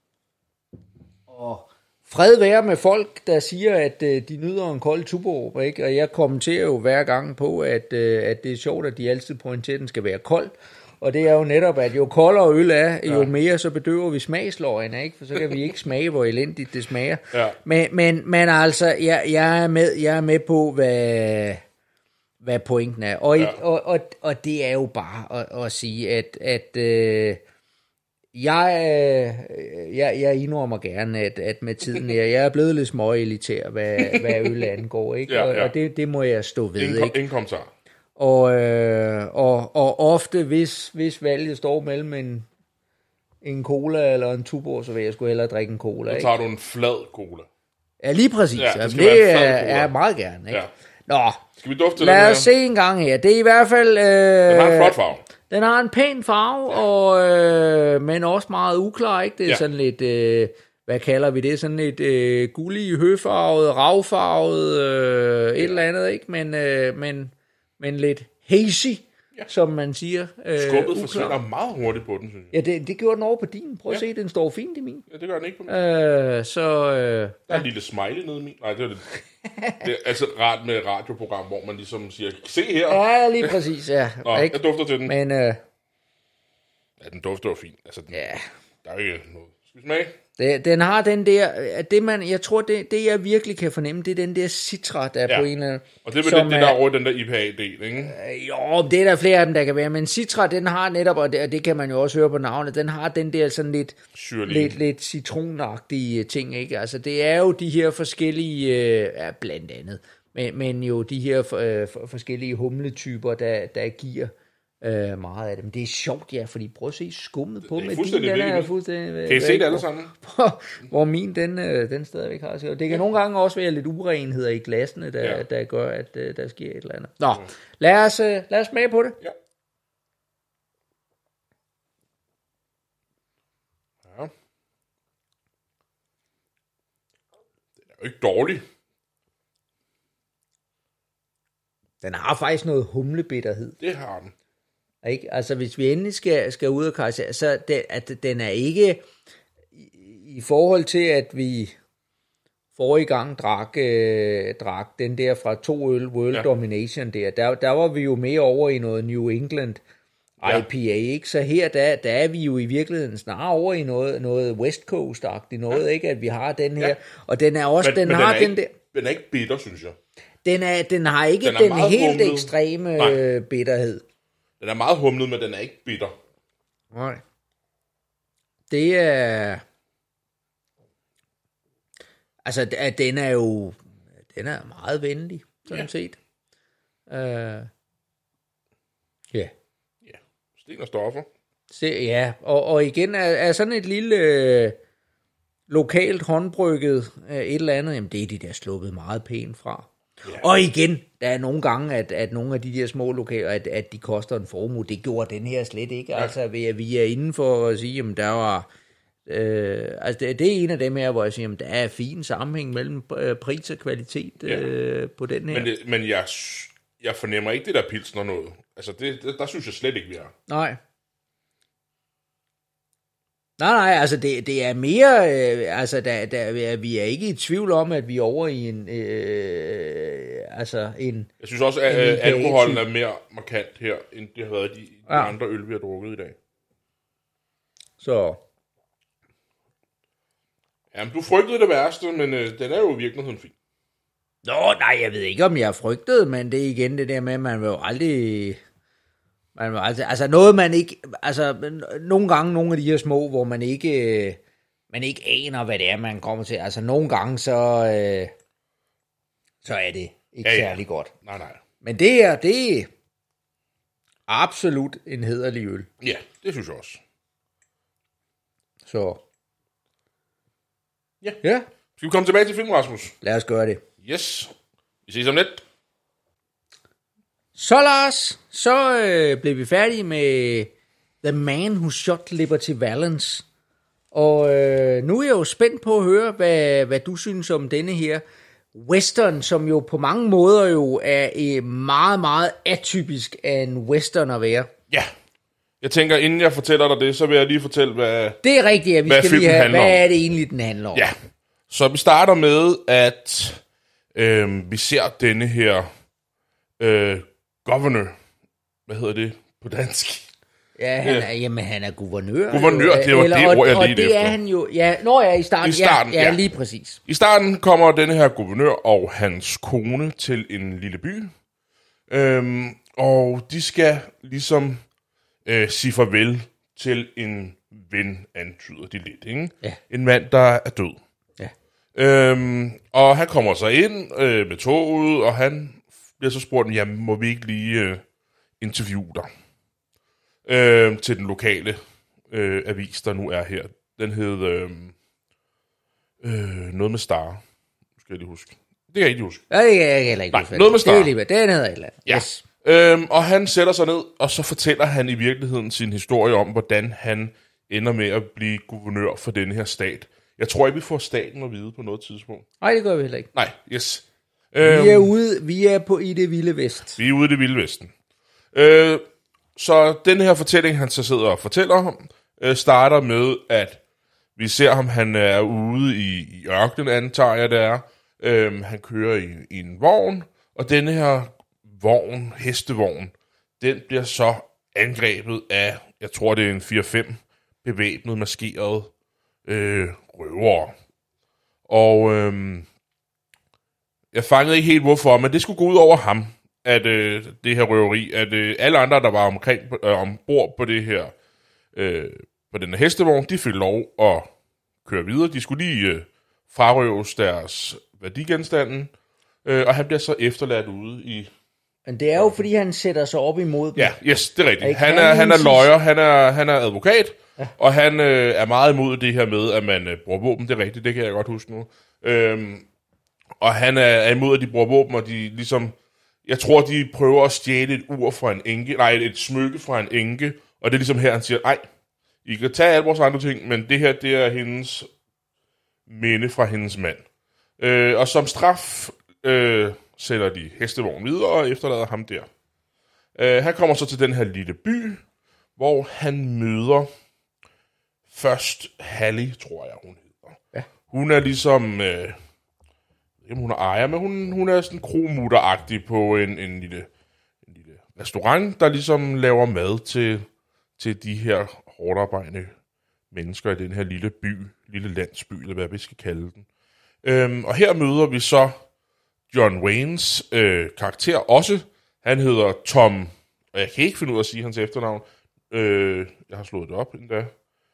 og fred være med folk, der siger, at de nyder en kold Tuborg, ikke? Og jeg kommenterer jo hver gang på, at, at det er sjovt, at de altid pointerer, at den skal være kold. Og det er jo netop, at jo koldere øl er, jo ja. mere så bedøver vi smagsløgene, ikke? For så kan vi ikke smage, hvor elendigt det smager. Ja. Men, men, men altså, jeg, jeg, er med, jeg er med på, hvad, hvad pointen er. Og, ja. og, og, og det er jo bare at, at sige, at, at øh, jeg, jeg, jeg indrømmer gerne, at, at med tiden jeg, jeg er blevet lidt småelitær, hvad, hvad øl angår, ikke? Ja, ja. Og, og det, det må jeg stå ved, ingen, ikke? Ingen kommentar. Og, øh, og, og ofte, hvis, hvis valget står mellem en, en cola eller en Tuborg, så vil jeg sgu hellere drikke en cola. Så tager ikke? Du en flad cola. Ja, lige præcis. Ja, det, det er, er meget gerne. Ikke? Ja. Nå, skal vi dufte lad den os se en gang her. Det er i hvert fald... Øh, den har en flot farve. Den har en pæn farve, ja. og, øh, men også meget uklar. Ikke? Det er ja. sådan lidt... Øh, hvad kalder vi det? Sådan lidt øh, gullig, høfarvet, ravfarvet, øh, et ja. eller andet, ikke? Men... Øh, men men lidt hazy, ja. som man siger. Øh, Skubbet forsvinder meget hurtigt på den, synes jeg. Ja, det, det gjorde den over på din. Prøv at ja. se, den står fint i min. Ja, det gør den ikke på min. Øh, så... Øh, der er ja. en lille smiley nede i min. Nej, det er det. Det er altså rart med et radioprogram, hvor man ligesom siger, se her. Ja, lige præcis, ja. Nå, ikke? jeg dufter til den. Men... Øh, ja, den dufter jo fint. Altså, den, ja. Der er jo ikke noget. Skal vi smage? Det, den har den der, det man, jeg tror, det, det jeg virkelig kan fornemme, det er den der citra, der er ja. på en eller og det er vel det, det der over den der I P A-del, ikke? Øh, jo, det er der flere af dem, der kan være, men citra, den har netop, og det, og det kan man jo også høre på navnet, den har den der sådan lidt, lidt, lidt citronagtige ting, ikke? Altså, det er jo de her forskellige, øh, ja, blandt andet, men, men jo de her øh, forskellige humletyper, der, der giver øh, meget af det. Men det er sjovt, ja, fordi prøv at se skummet på Det er med fuldstændig din, den er vildt. fuldstændig... Kan I se det alle sammen? Hvor, hvor min, den, øh, den stadigvæk har sig. Det kan nogle gange også være lidt urenheder i glassene, der, Ja. der gør, at øh, der sker et eller andet. Nå, lad os, øh, lad os smage på det. Ja. Ja. Den er jo ikke dårlig. Den har faktisk noget humlebitterhed. Det har den. Ikke? Altså, hvis vi endelig skal, skal ud og karakter, så det, at den er ikke i, i forhold til, at vi forrige gang drak, øh, drak den der fra to øl World ja. Domination der, der, der var vi jo mere over i noget New England I P A, ja. Ikke? Så her, der, der er vi jo i virkeligheden snarere over i noget, noget West Coast-agtigt noget, ja. Ikke? At vi har den her, ja. Og den er også, men, den men har den, den ikke, der... den er ikke bitter, synes jeg. Den, er, den har ikke den, den helt humlet. ekstreme Nej. bitterhed. Den er meget humlet, men den er ikke bitter. Nej. Det er... Altså, den er jo... Den er meget venlig, sådan ja. Set. Uh, ja. Ja. Sten og stoffer. Se, ja, og, og igen er, er sådan et lille... Øh, lokalt håndbrygget øh, et eller andet, jamen det er de der sluppet meget pænt fra. Ja. Og igen, der er nogle gange, at, at nogle af de der små lokaler, at, at de koster en formue. Det gjorde den her slet ikke. Ja. Altså, ved at vi er inden for at sige, jamen der var... Øh, altså, det, det er en af dem her, hvor jeg siger, jamen der er fin sammenhæng mellem øh, pris og kvalitet øh, ja. På den her. Men, det, men jeg, jeg fornemmer ikke det der pilsner noget. Altså, det, det, der synes jeg slet ikke, vi er. Nej. Nej, nej, altså det, det er mere, øh, altså der, der, vi er ikke i tvivl om, at vi er over i en, øh, altså en... Jeg synes også, at øh, alkoholen er mere markant her, end det har været de, de ja. andre øl, vi har drukket i dag. Så... Jamen, du frygtede det værste, men øh, den er jo i virkeligheden fin. Nå, nej, jeg ved ikke, om jeg har frygtet, men det er igen det der med, at man vil jo aldrig... Man vil aldrig altså noget, man ikke... Altså, nogle gange, nogle af de her små, hvor man ikke... Man ikke aner, hvad det er, man kommer til. Altså, nogle gange, så... Øh, så er det ikke ja, ja. Særlig godt. Nej, nej. Men det er, det er absolut en hæderlig øl. Ja, det synes jeg også. Så... Ja. Ja. Skal vi komme tilbage til filmen, Rasmus? Lad os gøre det. Yes. Vi ses om lidt. Så Lars, så øh, blev vi færdige med The Man Who Shot Liberty Valance. Og øh, nu er jeg jo spændt på at høre, hvad, hvad du synes om denne her western, som jo på mange måder jo er øh, meget, meget atypisk af en western at være. Ja. Jeg tænker, inden jeg fortæller dig det, så vil jeg lige fortælle, hvad det er rigtigt, at vi skal lige have, hvad er det egentlig, den handler om? Ja, så vi starter med, at øh, vi ser denne her øh, governor, hvad hedder det på dansk? Ja, han er, jamen, han er guvernør. Guvernør, det var eller, det ord, jeg og, lige og det efter. er han jo, ja, når jeg er i starten, I starten ja, ja, ja, lige præcis. I starten kommer denne her guvernør og hans kone til en lille by, øhm, og de skal ligesom øh, sige farvel til en ven, antyder de lidt, ikke? Ja. En mand, der er død. Ja. Øhm, og han kommer så ind øh, med toget, og han bliver så spurgt, jamen må vi ikke lige øh, interviewe dig øh, til den lokale øh, avis, der nu er her. Den hed øh, øh, noget med Star. Nu skal jeg lige huske. Det kan jeg ikke huske. Ja, det kan jeg heller ikke. Nej, noget med Star. Det er lige, det er noget eller ja. Yes. Øhm, og han sætter sig ned, og så fortæller han i virkeligheden sin historie om, hvordan han ender med at blive guvernør for denne her stat. Jeg tror ikke, vi får staten at vide på noget tidspunkt. Nej, det gør vi heller ikke. Nej, yes. Vi er ude, vi er på i det vilde vest. Vi er ude i det vilde vesten. Øh, så den her fortælling, han så sidder og fortæller om, øh, starter med, at vi ser ham, han er ude i, i ørkenen, antager jeg det er. Øh, han kører i, i en vogn, og denne her vogn, hestevogn, den bliver så angrebet af, jeg tror det er en fire fem bevæbnet, maskeret øh, røvere. Og øh, jeg fangede ikke helt hvorfor, men det skulle gå ud over ham, at øh, det her røveri, at øh, alle andre, der var omkring øh, ombord på det her, øh, på den her hestevogn, de fik lov at køre videre. De skulle lige øh, frarøves deres værdigenstande, øh, og han bliver så efterladt ude i Men det er jo, fordi han sætter sig op imod dem. Ja, yes, det er rigtigt. Ikke? Han Han er, han er synes- lawyer, han er, han er advokat, ja. Og han øh, er meget imod det her med, at man øh, bruger våben. Det er rigtigt, det kan jeg godt huske nu. Øhm, og han er, er imod, at de bruger våben, og de ligesom... Jeg tror, de prøver at stjæle et ur fra en enke, nej, et smykke fra en enke, og det er ligesom her, han siger, nej, I kan tage alle vores andre ting, men det her, det er hendes minde fra hendes mand. Øh, og som straf øh, sætter de hestevognen videre og efterlader ham der. Øh, han kommer så til den her lille by, hvor han møder først Hallie, tror jeg, hun hedder. Ja. Hun er ligesom... Øh, Jamen, hun er ejer, men hun, hun er sådan kromutteragtig på en, en, lille, en lille restaurant, der ligesom laver mad til, til de her hårdarbejdende mennesker i den her lille by, lille landsby, eller hvad vi skal kalde den. Øhm, og her møder vi så John Waynes øh, karakter også. Han hedder Tom, og jeg kan ikke finde ud af at sige hans efternavn. Øh, jeg har slået det op endda.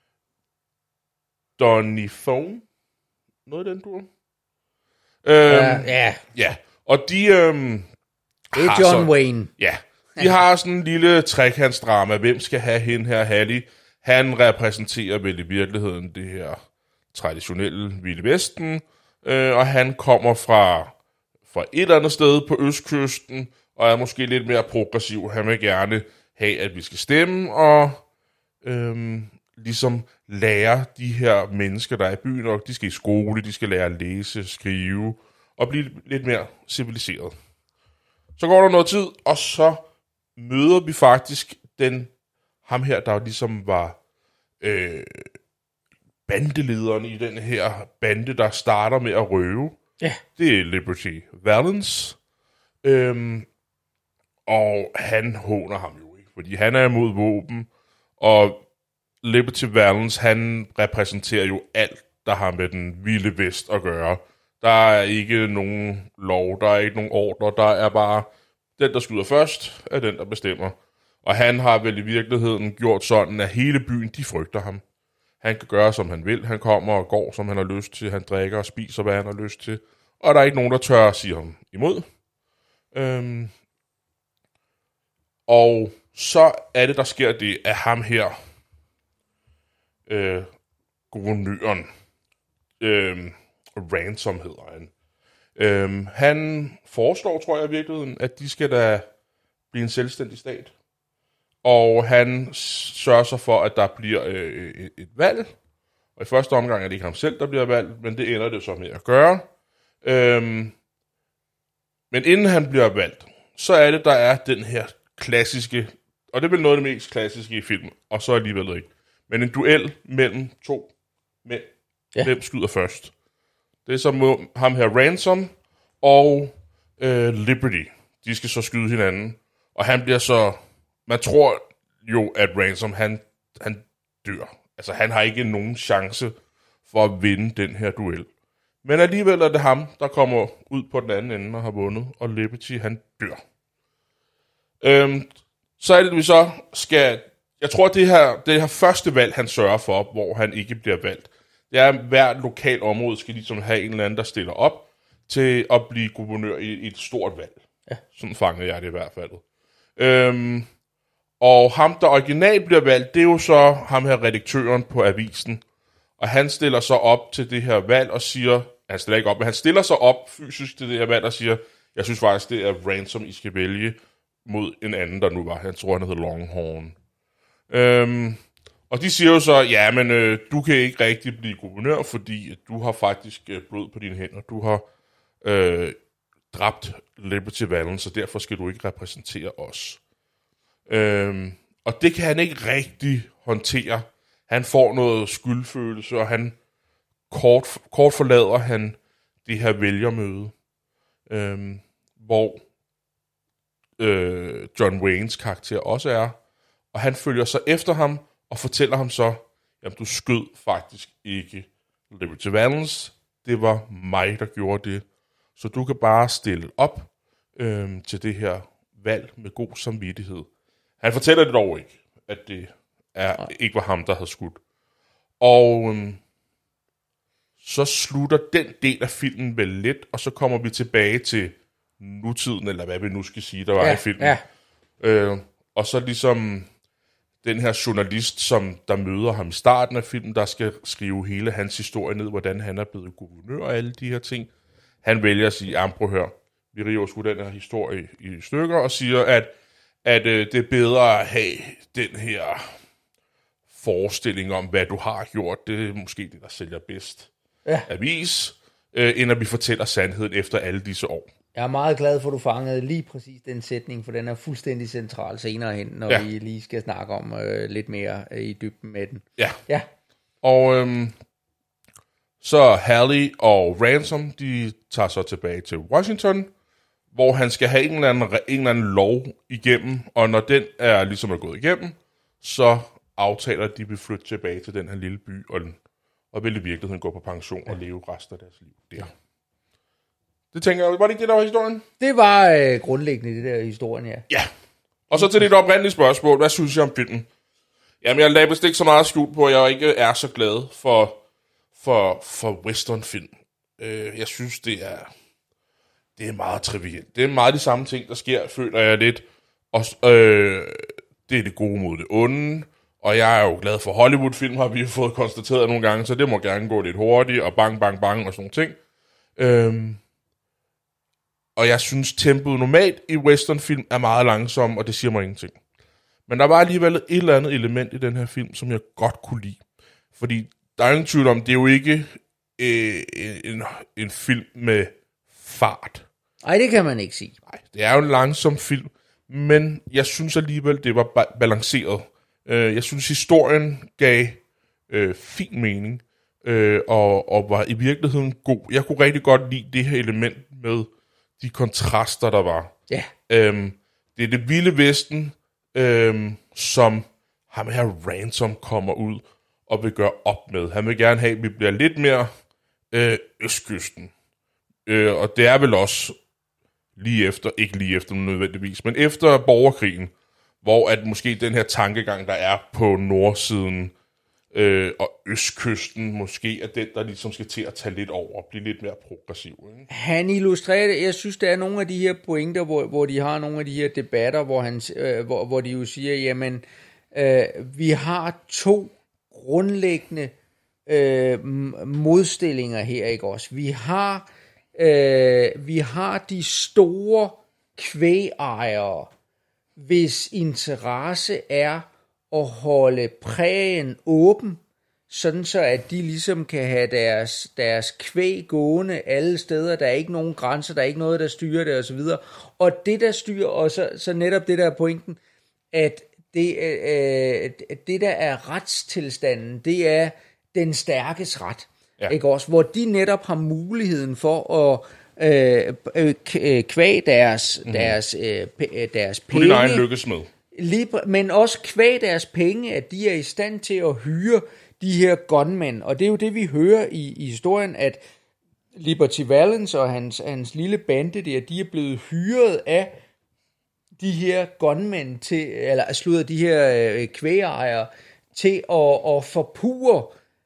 Donny Phone. Noget af den dur. Øhm, Ja, ja. ja, og de øhm, Det er har John så, Wayne. Ja, de har sådan en lille trekantsdrama. Hvem skal have hende her, Hallie? Han repræsenterer vel i virkeligheden det her traditionelle Vilde Vesten, øh, og han kommer fra, fra et eller andet sted på østkysten, og er måske lidt mere progressiv. Han vil gerne have, at vi skal stemme, og øhm, ligesom lære de her mennesker, der er i byen, og de skal i skole, de skal lære at læse, skrive, og blive lidt mere civiliseret. Så går der noget tid, og så møder vi faktisk den, ham her, der ligesom var øh, bandelederen i den her bande, der starter med at røve. Ja. Det er Liberty Valance. Øhm, og han håner ham jo ikke, fordi han er imod våben, og Liberty Valance, han repræsenterer jo alt, der har med den vilde vest at gøre. Der er ikke nogen lov, der er ikke nogen ordre, der er bare den, der skyder først, er den, der bestemmer. Og han har vel i virkeligheden gjort sådan, at hele byen, de frygter ham. Han kan gøre, som han vil. Han kommer og går, som han har lyst til. Han drikker og spiser, hvad han har lyst til. Og der er ikke nogen, der tør at sige ham imod. Øhm. Og så er det, der sker det, at ham her, øh, guvernøren, øh, Ransom hedder han, øh, han foreslår, tror jeg i virkeligheden, at de skal da blive en selvstændig stat. Og han sørger sig for, at der bliver øh, et, et valg. Og i første omgang er det ikke ham selv, der bliver valgt, men det ender det så med at gøre. Øhm, men inden han bliver valgt, så er det, der er den her klassiske, og det er vel noget af det mest klassiske i filmen, og så alligevel ikke. Men en duel mellem to mænd. Ja. Hvem skyder først? Det er så ham her Ransom og øh, Liberty. De skal så skyde hinanden. Og han bliver så... Man tror jo, at Ransom, han, han dør. Altså, han har ikke nogen chance for at vinde den her duel. Men alligevel er det ham, der kommer ud på den anden ende og har vundet, og Liberty, han dør. Øhm, så er det, vi så skal... Jeg tror, det her, det her første valg, han sørger for, hvor han ikke bliver valgt, det er, at hver lokal område skal ligesom have en eller anden, der stiller op til at blive guvernør i, i et stort valg. Ja. Sådan fanger jeg det i hvert fald. Øhm, og ham, der originalt bliver valgt, det er jo så ham her redaktøren på avisen. Og han stiller sig op til det her valg og siger, han stiller ikke op, men han stiller sig op fysisk til det her valg og siger, jeg synes faktisk, det er Ransom, I skal vælge mod en anden, der nu var. Han tror, han hedder Longhorn. Øhm, og de siger jo så, ja, men øh, du kan ikke rigtig blive guvernør, fordi du har faktisk øh, blod på dine hænder. Du har øh, dræbt Liberty Valance, så derfor skal du ikke repræsentere os. Øhm, og det kan han ikke rigtig håndtere. Han får noget skyldfølelse, og han kort, kort forlader han det her vælgermøde, øhm, hvor øh, John Waynes karakter også er. Og han følger så efter ham og fortæller ham så, jamen du skød faktisk ikke Liberty Valance. Det var mig, der gjorde det. Så du kan bare stille op øhm, til det her valg med god samvittighed. Han fortæller det dog ikke, at det er, ikke var ham, der havde skudt. Og øhm, så slutter den del af filmen vel lidt, og så kommer vi tilbage til nutiden, eller hvad vi nu skal sige, der var ja, i filmen. Ja. Øh, og så ligesom den her journalist, som der møder ham i starten af filmen, der skal skrive hele hans historie ned, hvordan han er blevet guvernør og alle de her ting. Han vælger at sige, prøv at høre, vi river sgu den her historie i stykker, og siger, at, at øh, det er bedre at have den her forestilling om, hvad du har gjort. Det er måske det, der sælger bedst ja. avis, øh, end at vi fortæller sandheden efter alle disse år. Jeg er meget glad for, at du fangede lige præcis den sætning, for den er fuldstændig central senere hen, når ja. vi lige skal snakke om øh, lidt mere øh, i dybden med den. Ja. ja. Og øhm, så Hallie og Ransom, de tager så tilbage til Washington, hvor han skal have en eller anden, en eller anden lov igennem, og når den er ligesom er gået igennem, så aftaler de vil flytte tilbage til den her lille by, og, og vil i virkeligheden gå på pension ja. og leve resten af deres liv der. Ja. Det tænker jeg, var det ikke det, der var historien? Det var øh, grundlæggende det der historien, ja. Ja. Og så til det oprindelige spørgsmål, hvad synes jeg om filmen? Jamen, jeg lagde bestemt ikke så meget skjult på, at jeg ikke er så glad for, for, for westernfilm. Øh, jeg synes, det er, det er meget trivielt. Det er meget de samme ting, der sker, føler jeg lidt. Og øh, det er det gode mod det onde. Og jeg er jo glad for Hollywood-film, har vi fået konstateret nogle gange, så det må gerne gå lidt hurtigt, og bang, bang, bang, og sådan nogle ting. Øh, Og jeg synes, tempoet normalt i westernfilm er meget langsom, og det siger mig ingenting. Men der var alligevel et eller andet element i den her film, som jeg godt kunne lide. Fordi der er ingen tvivl om, det er jo ikke øh, en, en film med fart. Nej, det kan man ikke sige. Nej, det er jo en langsom film, men jeg synes alligevel, det var ba- balanceret. Øh, jeg synes, historien gav øh, fin mening, øh, og, og var i virkeligheden god. Jeg kunne rigtig godt lide det her element med de kontraster, der var. Ja. Øhm, det er det vilde vesten, øhm, som ham her Ransom kommer ud og vil gøre op med. Han vil gerne have, at vi bliver lidt mere øh, østkysten. Øh, og det er vel også lige efter, ikke lige efter nødvendigvis, men efter borgerkrigen, hvor at måske den her tankegang, der er på nordsiden øh, og østkysten, måske er den, der ligesom skal til at tage lidt over og blive lidt mere progressiv. Ikke? Han illustrerer det. Jeg synes, der er nogle af de her pointer, hvor, hvor de har nogle af de her debatter, hvor, han, øh, hvor, hvor de jo siger, jamen, øh, vi har to grundlæggende øh, modstillinger her, ikke også? Vi har, øh, vi har de store kvægejere, hvis interesse er at holde prægen åben, sådan så at de ligesom kan have deres, deres kvæg gående alle steder. Der er ikke nogen grænser, der er ikke noget, der styrer det osv. Og det, der styrer, og så, så netop det der er pointen, at det, øh, det der er retstilstanden, det er den stærkes ret. Ja. Ikke også? Hvor de netop har muligheden for at øh, øh, kvæg deres, mm-hmm. deres, øh, deres penge. Din egen lykkesmed. Lige, men også kvæg deres penge, at de er i stand til at hyre de her gunmen. Og det er jo det, vi hører i, i historien, at Liberty Valance og hans, hans lille bande der, de er blevet hyret af de her gunmen til, eller sludder de her øh, kvægejere til at, at forpure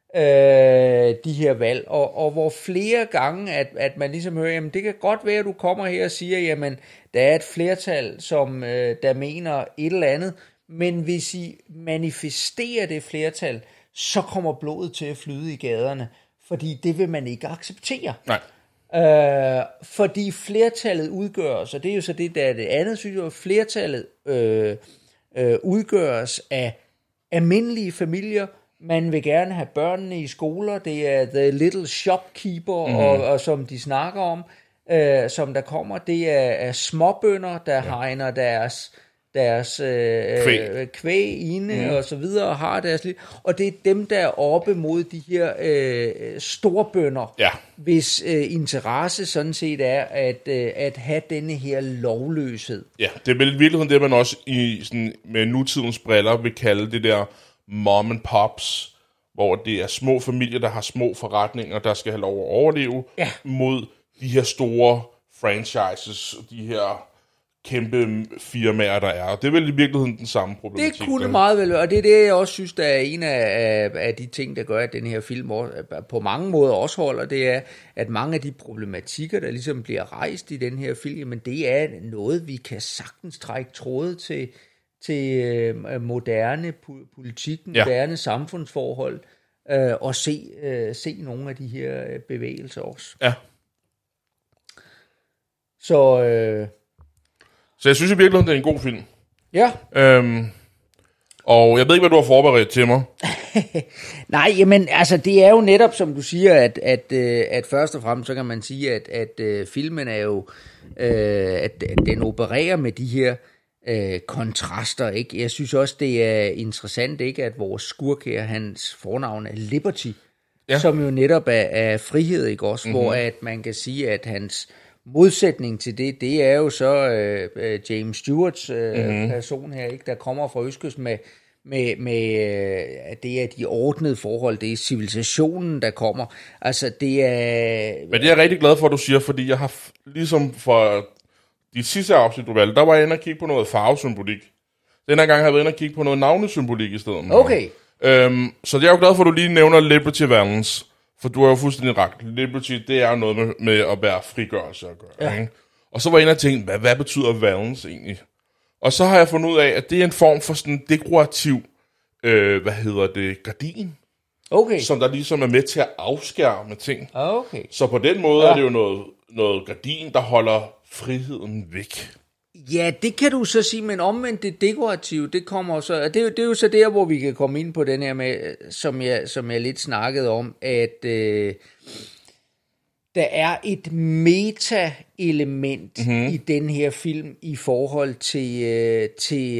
øh, de her valg. Og, og hvor flere gange, at, at man ligesom hører, jamen det kan godt være, at du kommer her og siger, jamen der er et flertal, som øh, der mener et eller andet, men hvis I manifesterer det flertal, så kommer blodet til at flyde i gaderne, fordi det vil man ikke acceptere. Nej. Øh, fordi flertallet udgøres, og det er jo så det, der er det andet, synes jeg, flertallet øh, øh, udgøres af almindelige familier. Man vil gerne have børnene i skoler, det er the little shopkeeper, mm. og, og som de snakker om, øh, som der kommer, det er, er småbønder, der ja. hegner deres deres øh, kvæg. kvæg inde mm. og så videre, og har deres liv. Og det er dem, der er oppe mod de her øh, storbønder, ja. hvis øh, interesse sådan set er at, øh, at have denne her lovløshed. Ja, det er vel i virkeligheden det, man også i, sådan, med nutidens briller vil kalde det der mom and pops, hvor det er små familier, der har små forretninger, der skal have lov at overleve, ja. mod de her store franchises, de her kæmpe firmaer, der er. Og det er vel i virkeligheden den samme problematik. Det kunne meget vel være, og det er det, jeg også synes, der er en af, af de ting, der gør, at den her film på mange måder også holder, det er, at mange af de problematikker, der ligesom bliver rejst i den her film, men det er noget, vi kan sagtens trække tråde til, til moderne politik, moderne ja. samfundsforhold, øh, og se, øh, se nogle af de her bevægelser også. Ja. Så... Øh, Så jeg synes i virkeligheden, det er en god film. Ja. Øhm, og jeg ved ikke, hvad du har forberedt til mig. Nej, jamen, altså, det er jo netop, som du siger, at, at, at først og fremmest, så kan man sige, at, at, at filmen er jo, øh, at, at den opererer med de her øh, kontraster, ikke? Jeg synes også, det er interessant, ikke, at vores skurk her, hans fornavn er Liberty, ja. som jo netop er, er frihed, ikke også? Mm-hmm. Hvor at man kan sige, at hans modsætning til det, det er jo så øh, James Stewarts øh, mm-hmm. person her, ikke, der kommer fra Østkysten med, med, med øh, det er de ordnede forhold, det er civilisationen, der kommer. Altså, det er... Men det er jeg rigtig glad for, at du siger, fordi jeg har ligesom for de sidste afsnit, du valgte, der var jeg inde og kigge på noget farvesymbolik. Den her gang har jeg været inde og kigge på noget navnesymbolik i stedet. Okay. Øhm, så det er jo glad for, at du lige nævner Liberty Valance. For du har jo fuldstændig ret. Liberty, det er noget med, med at være frigørelse at gøre. Ja. Ikke? Og så var jeg inde og tænkte, hvad, hvad betyder valance egentlig? Og så har jeg fundet ud af, at det er en form for sådan en dekorativ, øh, hvad hedder det, gardin. Okay. Som der ligesom er med til at afskærme ting. Okay. Så på den måde ja. er det jo noget, noget gardin, der holder friheden væk. Ja, det kan du så sige, men omvendt det dekorative, det kommer så, det er, jo, det er jo så der, hvor vi kan komme ind på den her med, som jeg, som jeg lidt snakkede om, at øh, der er et meta-element mm-hmm. i den her film i forhold til, øh, til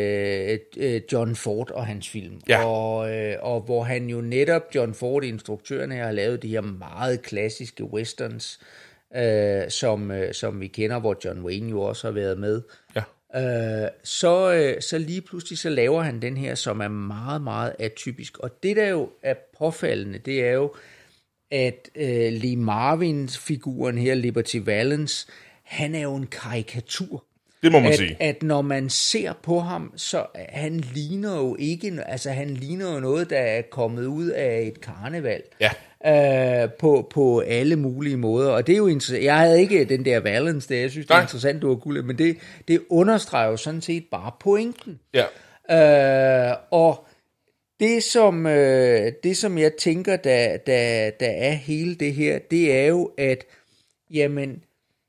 øh, John Ford og hans film. Ja. Og, øh, og hvor han jo netop, John Ford, instruktøren her, har lavet de her meget klassiske westerns, Øh, som, øh, som vi kender, hvor John Wayne jo også har været med, ja. øh, så, øh, så lige pludselig så laver han den her, som er meget, meget atypisk. Og det, der jo er påfaldende, det er jo, at øh, Lee Marvins figuren her, Liberty Valance, han er jo en karikatur. Det må man at, sige. At når man ser på ham, så han ligner jo ikke, altså han ligner jo noget, der er kommet ud af et karneval. Ja. Øh, på, på alle mulige måder, og det er jo interessant. Jeg havde ikke den der Valance der, jeg synes det er Nej. interessant, du har guld, men det, det understreger jo sådan set bare pointen. Ja. Øh, og det som, øh, det som jeg tænker, der, der, der er hele det her, det er jo, at jamen,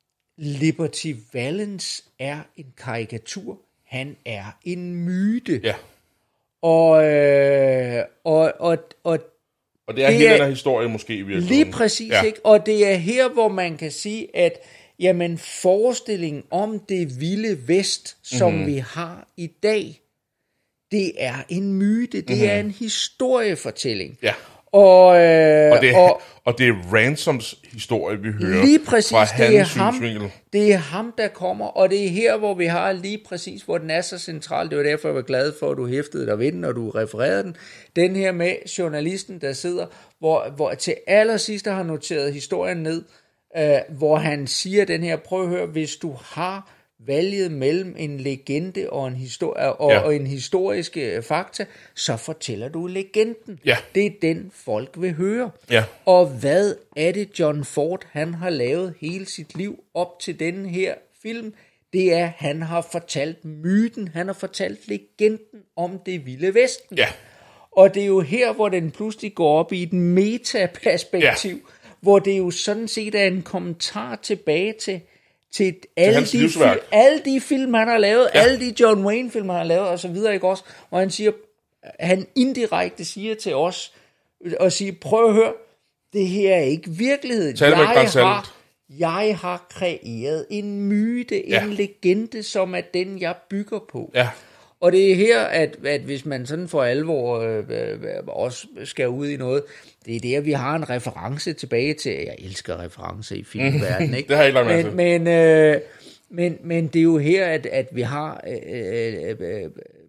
Liberty Valance er en karikatur, han er en myte. Ja. Og, øh, og, og, og Og det er det hele er, den her historie måske i virkeligheden. Lige præcis, ja. ikke? Og det er her, hvor man kan sige, at jamen, forestillingen om det vilde vest, som mm-hmm. vi har i dag, det er en myte, det mm-hmm. er en historiefortælling. Ja. Og, øh, og, det er, og, og det er Ransoms historie, vi hører lige præcis, fra det er hans ham, synsvinkel. Det er ham, der kommer, og det er her, hvor vi har lige præcis, hvor den er så central. Det var derfor, jeg var glad for, at du hæftede dig ved den, og du refererede den. Den her med journalisten, der sidder, hvor, hvor til allersidst har noteret historien ned, øh, hvor han siger den her, prøv at høre, hvis du har valget mellem en legende og en, histori- og, ja. og en historisk fakta, så fortæller du legenden. Ja. Det er den, folk vil høre. Ja. Og hvad er det, John Ford han har lavet hele sit liv op til denne her film? Det er, han har fortalt myten, han har fortalt legenden om det vilde vesten. Ja. Og det er jo her, hvor den pludselig går op i et metaperspektiv, ja. hvor det jo sådan set er en kommentar tilbage til til alle de, fil- alle de film, han har lavet, ja. alle de John Wayne-film, han har lavet, og så videre, ikke også? Og han siger, han indirekte siger til os, og siger, prøv at høre, det her er ikke virkelighed. Jeg har, jeg har kreeret en myte, ja. en legende, som er den, jeg bygger på. Ja. Og det er her, at, at hvis man sådan for alvor øh, øh, også skal ud i noget, det er der, vi har en reference tilbage til. Jeg elsker referencer i filmverdenen, ikke? Det har jeg ikke lagt men, men, øh, men, men det er jo her, at, at vi har øh, øh, øh,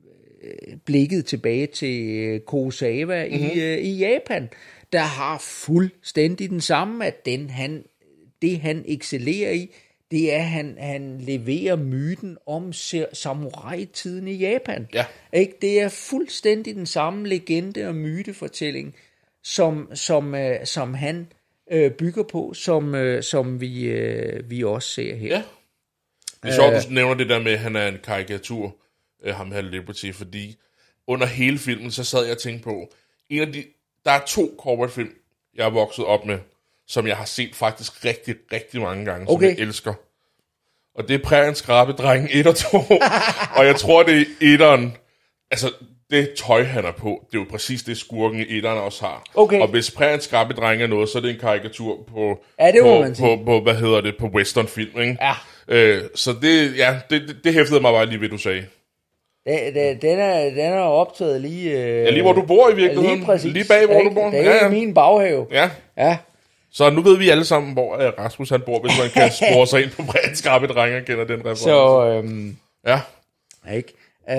blikket tilbage til Kurosawa mm-hmm. i, øh, i Japan, der har fuldstændig den samme, at den, han, det han excellerer i, det er, at han, han leverer myten om samurai-tiden i Japan. Ja. Ikke? Det er fuldstændig den samme legende og mytefortælling, som, som, øh, som han øh, bygger på, som, øh, som vi, øh, vi også ser her. Ja. Det er sjovt, at du nævner det der med, at han er en karikatur, øh, ham her Liberty, fordi under hele filmen, så sad jeg og tænkte på, en af de, der er to cowboy-film, jeg er vokset op med, som jeg har set faktisk rigtig, rigtig mange gange, okay. som jeg elsker. Og det er Præriens Skrabedreng et og to, og jeg tror, det er etteren, altså det tøj, han er på, det er jo præcis det, skurken i etteren også har. Okay. Og hvis Præriens Skrabedreng er noget, så er det en karikatur på, ja, det på, man på, på, hvad hedder det, på westernfilm, ikke? Ja. Øh, så det, ja, det, det, det hæftede mig bare lige ved, du sagde. Det, det, den, er, den er optaget lige... Øh, ja, lige hvor du bor i virkeligheden. Lige præcis. Lige bag, hvor du bor. Det er ja, ja. i min baghave. Ja. Ja. Så nu ved vi alle sammen, hvor Rasmus han bor, hvis man kan spore sig ind på Præriens Skrabedreng og kender den reference. Så, øhm, ja. Ikke?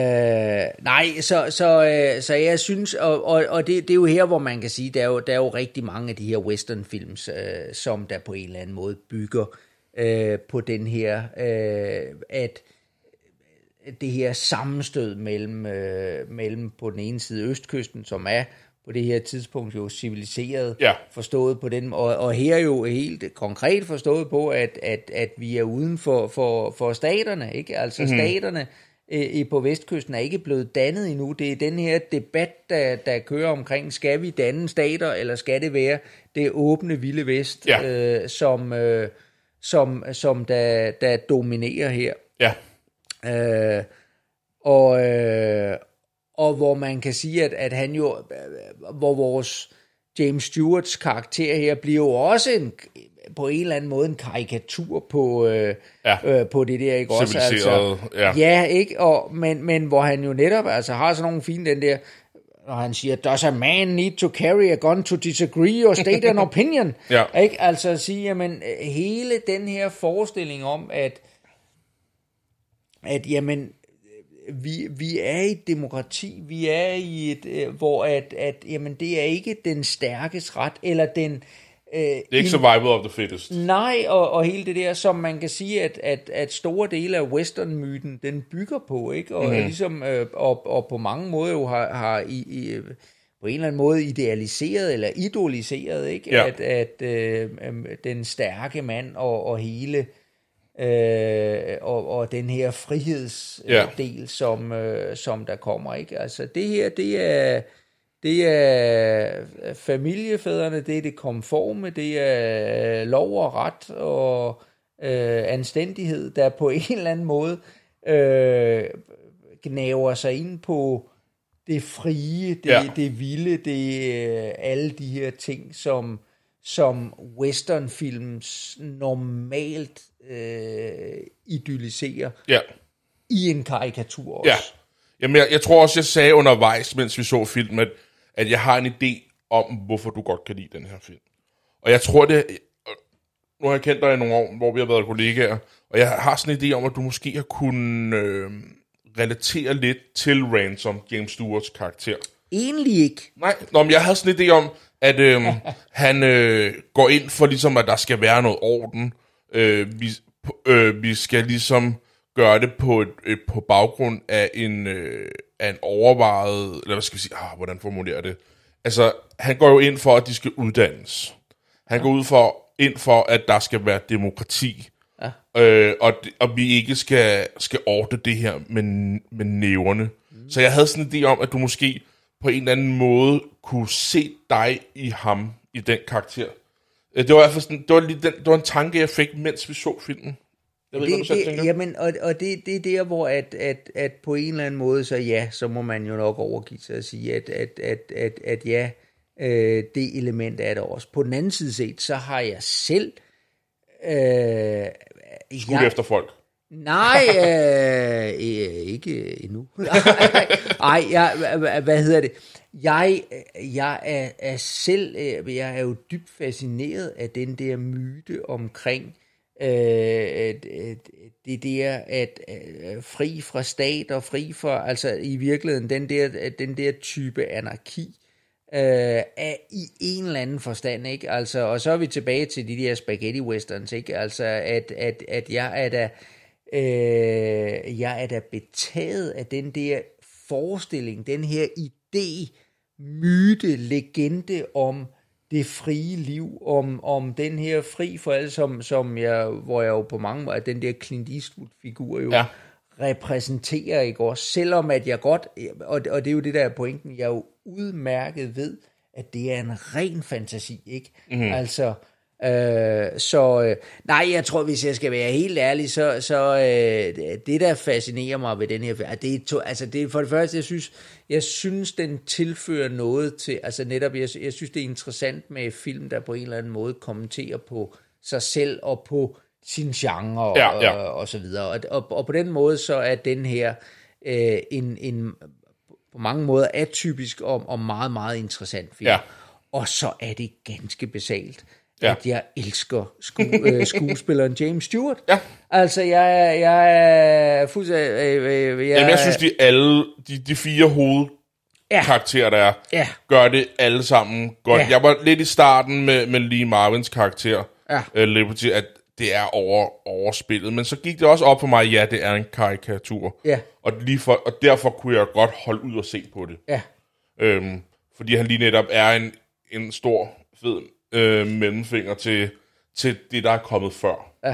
Øh, nej, så, så, øh, så jeg synes, og, og, og det, det er jo her, hvor man kan sige, der er jo, der er jo rigtig mange af de her westernfilms, øh, som der på en eller anden måde bygger øh, på den her, øh, at det her sammenstød mellem, øh, mellem på den ene side østkysten, som er på det her tidspunkt jo civiliseret, ja. forstået på den, og, og her jo helt konkret forstået på, at, at, at vi er uden for, for, for staterne, ikke? Altså mm-hmm. staterne øh, på vestkysten er ikke blevet dannet endnu. Det er den her debat, der, der kører omkring, skal vi danne stater, eller skal det være det åbne vilde vest, ja. øh, som, øh, som, som der, der dominerer her. Ja. Øh, og, øh, og hvor man kan sige, at, at han jo, hvor vores James Stewarts karakter her bliver jo også en, på en eller anden måde en karikatur på, øh, ja. øh, på det der, ikke også? Altså, ja. ja, ikke? Og, men, men hvor han jo netop altså, har sådan nogle fine, den der, når han siger, does a man need to carry a gun to disagree or state an opinion? ja. Ikke? Altså at sige, jamen, hele den her forestilling om, at at jamen, vi, vi er i et demokrati, vi er i et, øh, hvor at, at jamen, det er ikke den stærkes ret, eller den... Øh, det er ikke survival of the fittest. Nej, og, og hele det der, som man kan sige, at, at, at store dele af westernmyten, den bygger på, ikke? Og, mm-hmm. ligesom, øh, og, og på mange måder jo har, har i, i, på en eller anden måde idealiseret, eller idoliseret, ikke? Ja. At, at øh, den stærke mand og, og hele... Øh, og, og den her frihedsdel, yeah. som, øh, som der kommer, ikke? Altså det her, det er, det er familiefædrene, det er det konforme, det er lov og ret og øh, anstændighed, der på en eller anden måde øh, gnaver sig ind på det frie, det, yeah. det vilde, det øh, alle de her ting, som som westernfilms normalt øh, idylliserer ja. i en karikatur også. Ja. Jamen, jeg, jeg tror også, jeg sagde undervejs, mens vi så filmen, at, at jeg har en idé om, hvorfor du godt kan lide den her film. Og jeg tror det, nu har jeg kendt dig i nogle år, hvor vi har været kollegaer, og jeg har sådan en idé om, at du måske har kunnet øh, relatere lidt til Ransom, James Stewarts karakter. Egentlig ikke. Nej, nå, men jeg havde sådan en idé om, at øh, han øh, går ind for ligesom, at der skal være noget orden. Øh, vi, øh, vi skal ligesom gøre det på, et, et, på baggrund af en, øh, af en overvejet, eller hvad skal vi sige, ah, hvordan formulerer det? Altså, han går jo ind for, at de skal uddannes. Han går ud for, ind for, at der skal være demokrati. Ja. Øh, og, og vi ikke skal, skal ordne det her med, med næverne. Mm. Så jeg havde sådan en idé om, at du måske på en eller anden måde kunne se dig i ham, i den karakter. Det var i hvert fald sådan, det var, lige den, det var en tanke, jeg fik, mens vi så filmen. Jeg ved det, ikke, hvad du selv det, tænker. Jamen, og, og det, det er der, hvor at, at, at på en eller anden måde, så ja, så må man jo nok overgive sig og sige, at, at, at, at, at ja, øh, det element er der også. På den anden side set, så har jeg selv... Øh, Skudt efter folk. Nej, øh, ikke endnu. Nej, jeg, hvad hedder det? Jeg, jeg er, er selv, jeg er jo dybt fascineret af den der myte omkring øh, det der, at øh, fri fra stat og fri fra, altså i virkeligheden den der, den der type anarki, øh, er i en eller anden forstand, ikke? Altså, og så er vi tilbage til de der spaghetti westerns, ikke? Altså, at, at, at jeg er da øh, jeg er da betaget af den der forestilling, den her idé, myte, legende om det frie liv, om, om den her fri for alle, som, som jeg, hvor jeg jo på mange måder, den der Clint Eastwood-figur jo ja. repræsenterer, ikke også? Selvom at jeg godt, og, og det er jo det der er pointen, jeg jo udmærket ved, at det er en ren fantasi, ikke? Mm-hmm. Altså, øh, så, øh, nej, jeg tror, hvis jeg skal være helt ærlig, så, så øh, det, der fascinerer mig ved den her, det er, to, altså det er for det første, jeg synes, jeg synes, den tilfører noget til, altså netop, jeg, jeg synes, det er interessant med film, der på en eller anden måde kommenterer på sig selv og på sin genre ja, ja. Og, og så videre. Og, og, og på den måde, så er den her øh, en, en på mange måder atypisk og, og meget, meget interessant film. Ja. Og så er det ganske basalt, ja. at jeg elsker sku, øh, skuespilleren James Stewart. Ja. Altså, jeg, jeg er fuldstændig... Øh, øh, jeg, Jamen, jeg synes, de alle, de, de fire hovedkarakterer, ja. der er, ja. gør det alle sammen godt. Ja. Jeg var lidt i starten med, med Lee Marvins karakter, ja. uh, Liberty, at det er over, overspillet. Men så gik det også op for mig, ja, det er en karikatur. Ja. Og, lige for, og derfor kunne jeg godt holde ud og se på det. Ja. Øhm, fordi han lige netop er en, en stor, fed øh, mellemfinger til, til det, der er kommet før. Ja.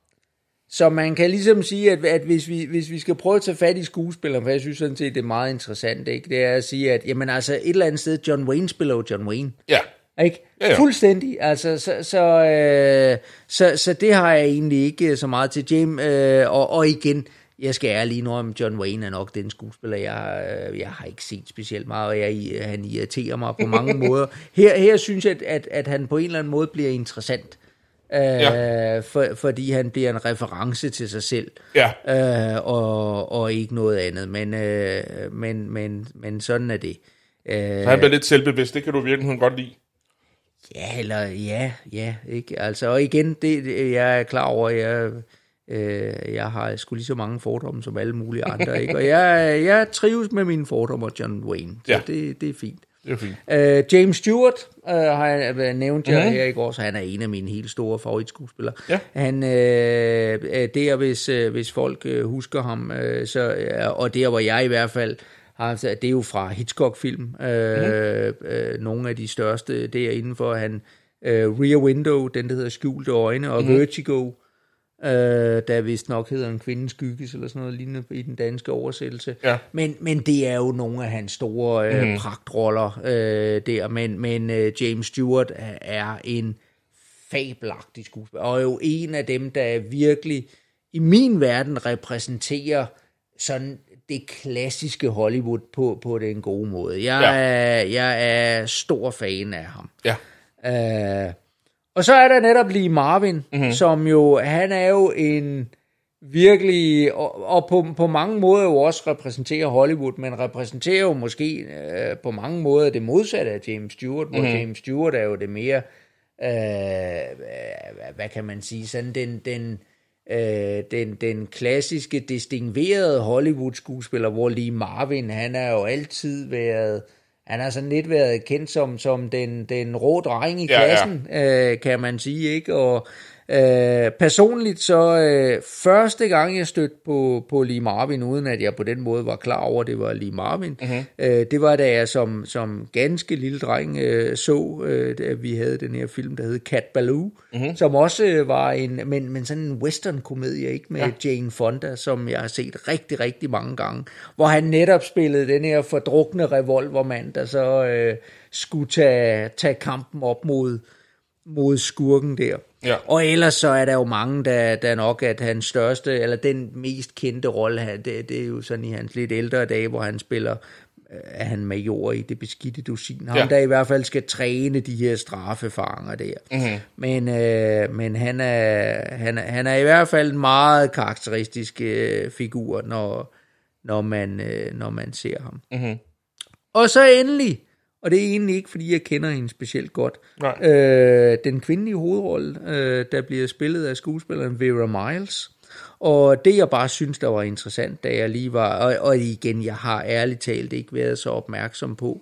Så man kan ligesom sige, at, at hvis, vi, hvis vi skal prøve at tage fat i skuespilleren, for jeg synes sådan set, det er meget interessant, ikke? Det er at sige, at jamen, altså, et eller andet sted, John Wayne spiller jo John Wayne. Ja. Ikke? Ja, ja. Fuldstændig. Altså, så, så, øh, så, så det har jeg egentlig ikke så meget til James. Øh, og, og igen, jeg skal ærlig nu om John Wayne er nok den skuespiller, jeg, øh, jeg har ikke set specielt meget, og jeg, han irriterer mig på mange måder. Her, her synes jeg, at, at, at han på en eller anden måde bliver interessant. Øh, ja. for, fordi han bliver en reference til sig selv. Ja. Øh, og, og ikke noget andet. Men, øh, men, men, men sådan er det. Øh, så han bliver lidt selvbevidst, det kan du virkelig godt lide. Ja, eller ja, ja, ikke? Altså, og igen, det, det jeg er klar over, jeg, øh, jeg har sgu lige så mange fordomme som alle mulige andre, ikke? Og jeg, jeg trives med mine fordomme, John Wayne, så ja. det, det er fint. Det er fint. Uh, James Stewart uh, har jeg nævnt jer mm-hmm. her i går, så han er en af mine helt store favoritskuespillere. Ja. Han, uh, det er, hvis, uh, hvis folk uh, husker ham, uh, så, uh, og der hvor jeg i hvert fald har, det er jo fra Hitchcock-film, uh, mm-hmm. uh, nogle af de største derinde for han, uh, Rear Window, den der hedder Skjulte Øjne, og mm-hmm. Vertigo, Uh, der vist nok hedder En Kvindens Skygges eller sådan noget lignende i den danske oversættelse. Ja. Men, men det er jo nogle af hans store uh, mm. pragtroller uh, der. Men, men uh, James Stewart er en fabelagtig skuespiller, og jo en af dem, der virkelig i min verden repræsenterer sådan det klassiske Hollywood på, på den gode måde. Jeg, ja. er, jeg er stor fan af ham. Ja. Uh, Og så er der netop Lee Marvin, mm-hmm. som jo, han er jo en virkelig, og, og på, på mange måder jo også repræsenterer Hollywood, men repræsenterer jo måske øh, på mange måder det modsatte af James Stewart, hvor mm-hmm. James Stewart er jo det mere, øh, hvad kan man sige, sådan den, den, øh, den, den klassiske, distinguerede Hollywood-skuespiller, hvor Lee Marvin, han har jo altid været... Han har sådan lidt været kendt som, som den, den rå dreng i klassen, ja, ja. Øh, kan man sige, ikke? Og øh, personligt så øh, første gang jeg stødte på, på Lee Marvin, uden at jeg på den måde var klar over, at det var Lee Marvin, mm-hmm. øh, det var da jeg som, som ganske lille dreng øh, så, øh, da vi havde den her film, der hed Cat Ballou, mm-hmm. som også øh, var en, men, men sådan en western-komedie, ikke? Med ja. Jane Fonda, som jeg har set rigtig, rigtig mange gange, hvor han netop spillede den her fordrukne revolvermand, der så øh, skulle tage, tage kampen op mod, mod skurken der. Ja. Og ellers så er der jo mange, der, der nok at hans største, eller den mest kendte rolle, det, det er jo sådan i hans lidt ældre dage, hvor han spiller, er han major i Det Beskidte Dusin. Ham, ja. Der i hvert fald skal træne de her straffefanger der. Mm-hmm. Men, øh, men han, er, han, er, han er i hvert fald en meget karakteristisk øh, figur, når, når, man, øh, når man ser ham. Mm-hmm. Og så endelig, og det er egentlig ikke, fordi jeg kender hende specielt godt, øh, den kvindelige hovedrolle, øh, der bliver spillet af skuespilleren Vera Miles. Og det, jeg bare synes, der var interessant, da jeg lige var, og, og igen, jeg har ærligt talt ikke været så opmærksom på,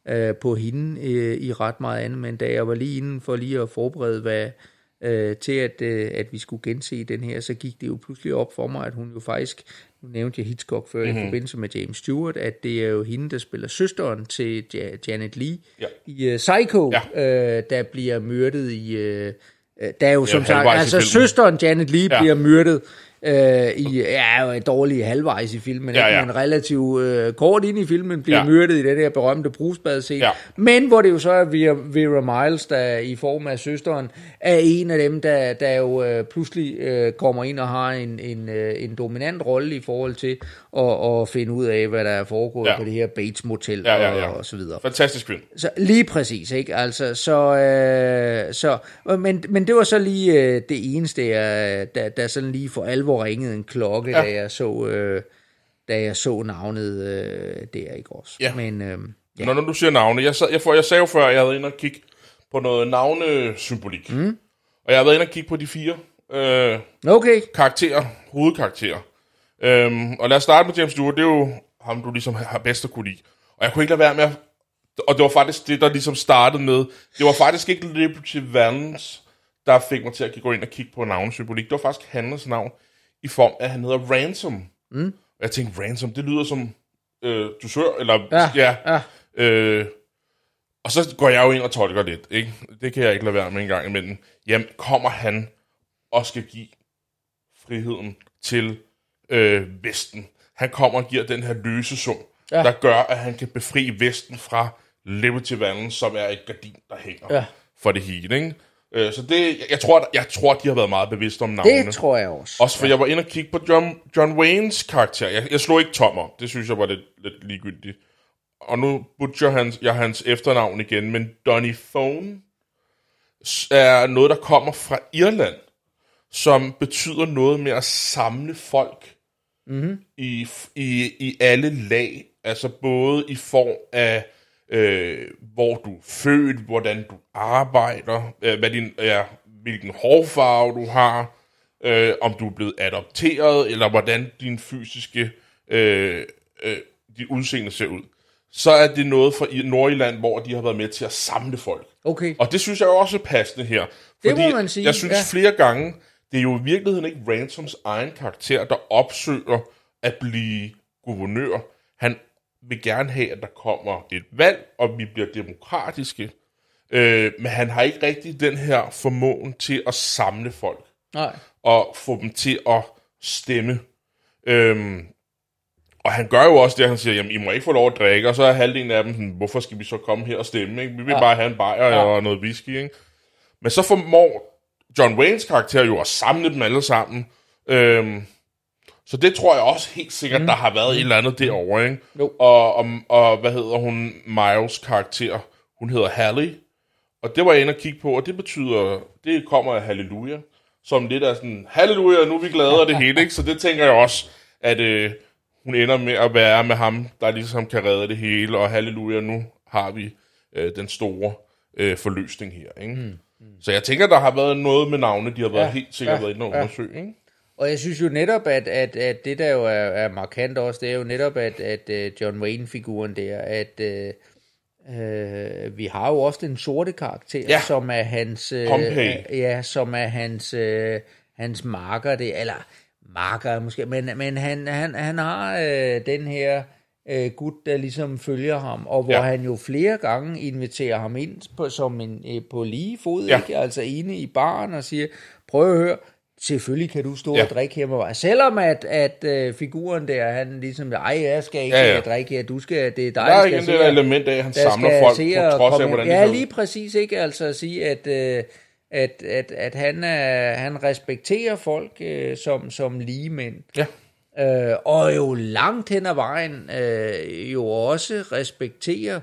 øh, på hende øh, i ret meget andet, men da jeg var lige inde for lige at forberede hvad, øh, til, at, øh, at vi skulle gense den her, så gik det jo pludselig op for mig, at hun jo faktisk, nu nævnte jeg Hitchcock før mm-hmm. i forbindelse med James Stewart, at det er jo hende, der spiller søsteren til ja- Janet Leigh ja. i uh, Psycho, ja. øh, der bliver myrdet i... Øh, der er jo som ja, sagt, altså søsteren Janet Leigh ja. bliver myrdet øh, i, ja, jo dårlig halvvejs i filmen, ja, ja. men relativt øh, kort ind i filmen bliver ja. myrdet i den der berømte brugsbadescene, ja. men hvor det jo så er Vera Miles, der i form af søsteren, er en af dem, der, der jo øh, pludselig øh, kommer ind og har en, en, øh, en dominant rolle i forhold til at, at finde ud af, hvad der er foregået ja. på det her Bates Motel ja, ja, ja. Og, og så videre. Fantastisk film. Så, lige præcis, ikke? Altså, så, øh, så men, men det var så lige øh, det eneste, jeg, der, der sådan lige for alvor ringede en klokke, ja. da jeg så, øh, da jeg så navnet øh, der, ikke også? Ja. Men, øh, ja. Når, når du siger navne, jeg, sad, jeg, for, jeg sagde jo før, at jeg havde inde og kigge på noget navnesymbolik. Mm. Og jeg har været inde og kigge på de fire øh, okay. karakterer, hovedkarakterer. Øhm, og lad os starte med James Stewart, det er jo ham, du ligesom har bedst at kunne lide. Og jeg kunne ikke lade være med at, og det var faktisk det, der ligesom startede med, det var faktisk ikke Liberty Valance, der fik mig til at gå ind og kigge på navnesymbolik. Det var faktisk hans navn, i form af, at han hedder Ransom. Mm. Og jeg tænkte, Ransom, det lyder som øh, dusør, eller ja, ja. ja. Øh, og så går jeg jo ind og tolker lidt, ikke? Det kan jeg ikke lade være med en gang imellem. Jamen, kommer han og skal give friheden til øh, Vesten. Han kommer og giver den her løsesum, ja. der gør, at han kan befri Vesten fra Liberty Valance, som er et gardin, der hænger ja. for det hele, ikke? Øh, så det, jeg tror, jeg tror, de har været meget bevidste om navnene. Det tror jeg også. Også for ja. jeg var inde og kigge på John, John Waynes karakter. Jeg, jeg slog ikke Tom op. Det synes jeg var lidt, lidt ligegyldigt. Og nu butcher hans, jeg hans efternavn igen, men Donny Phone er noget, der kommer fra Irland, som betyder noget med at samle folk mm-hmm. i, i, i alle lag. Altså både i form af, øh, hvor du er født, hvordan du arbejder, øh, hvad din, ja, hvilken hårfarve du har, øh, om du er blevet adopteret, eller hvordan din fysiske øh, øh, dit udseende ser ud. Så er det noget fra Nordjylland, hvor de har været med til at samle folk. Okay. Og det synes jeg også er passende her. Fordi det må man sige. Jeg synes ja. flere gange, det er jo i virkeligheden ikke Ransoms egen karakter, der opsøger at blive guvernør. Han vil gerne have, at der kommer et valg, og vi bliver demokratiske. Øh, men han har ikke rigtig den her formåen til at samle folk. Nej. Og få dem til at stemme. Øhm, og han gør jo også det, han siger, jamen I må ikke få lov at drikke, og så er halvdelen af dem sådan, hvorfor skal vi så komme her og stemme? Ikke? Vi vil ja. bare have en bajer ja. og noget whisky. Ikke? Men så formår John Waynes karakter jo at samle dem alle sammen. Øhm, så det tror jeg også helt sikkert, mm. der har været mm. et eller andet derovre. Ikke? No. Og, og, og hvad hedder hun, Miles karakter? Hun hedder Hallie. Og det var jeg inde og kigge på, og det betyder, det kommer af halleluja. Som lidt af sådan, halleluja, nu er vi glade af det hele. Ikke? Så det tænker jeg også, at øh, hun ender med at være med ham, der ligesom kan redde det hele. Og halleluja, nu har vi øh, den store øh, forløsning her. Ikke? Mm. Mm. Så jeg tænker, der har været noget med navne, de har været ja, helt sikkert ja, været inde og undersøge. Ikke? Og jeg synes jo netop, at, at, at det der jo er, er markant også, det er jo netop, at, at John Wayne-figuren der, at øh, øh, vi har jo også den sorte karakter, ja. som er hans, øh, ja, som er hans, øh, hans marker, det, eller marker måske, men, men han, han, han har øh, den her øh, gut, der ligesom følger ham, og hvor ja. han jo flere gange inviterer ham ind på, som en, øh, på lige fod, ja. ikke? Altså inde i baren og siger, prøv at høre, selvfølgelig kan du stå ja. og drikke her med mig. Selvom at, at uh, figuren der, han ligesom, ej, jeg skal ikke ja, ja. drikke her, du skal, det er dig, der, der skal se. Der er ikke det element af, at han samler folk på trods af, hvordan ja, de Ja, lige præcis, ikke? Altså at sige, at, uh, at, at, at han, uh, han respekterer folk uh, som, som lige mænd. Ja. Uh, og jo langt hen ad vejen uh, jo også respekterer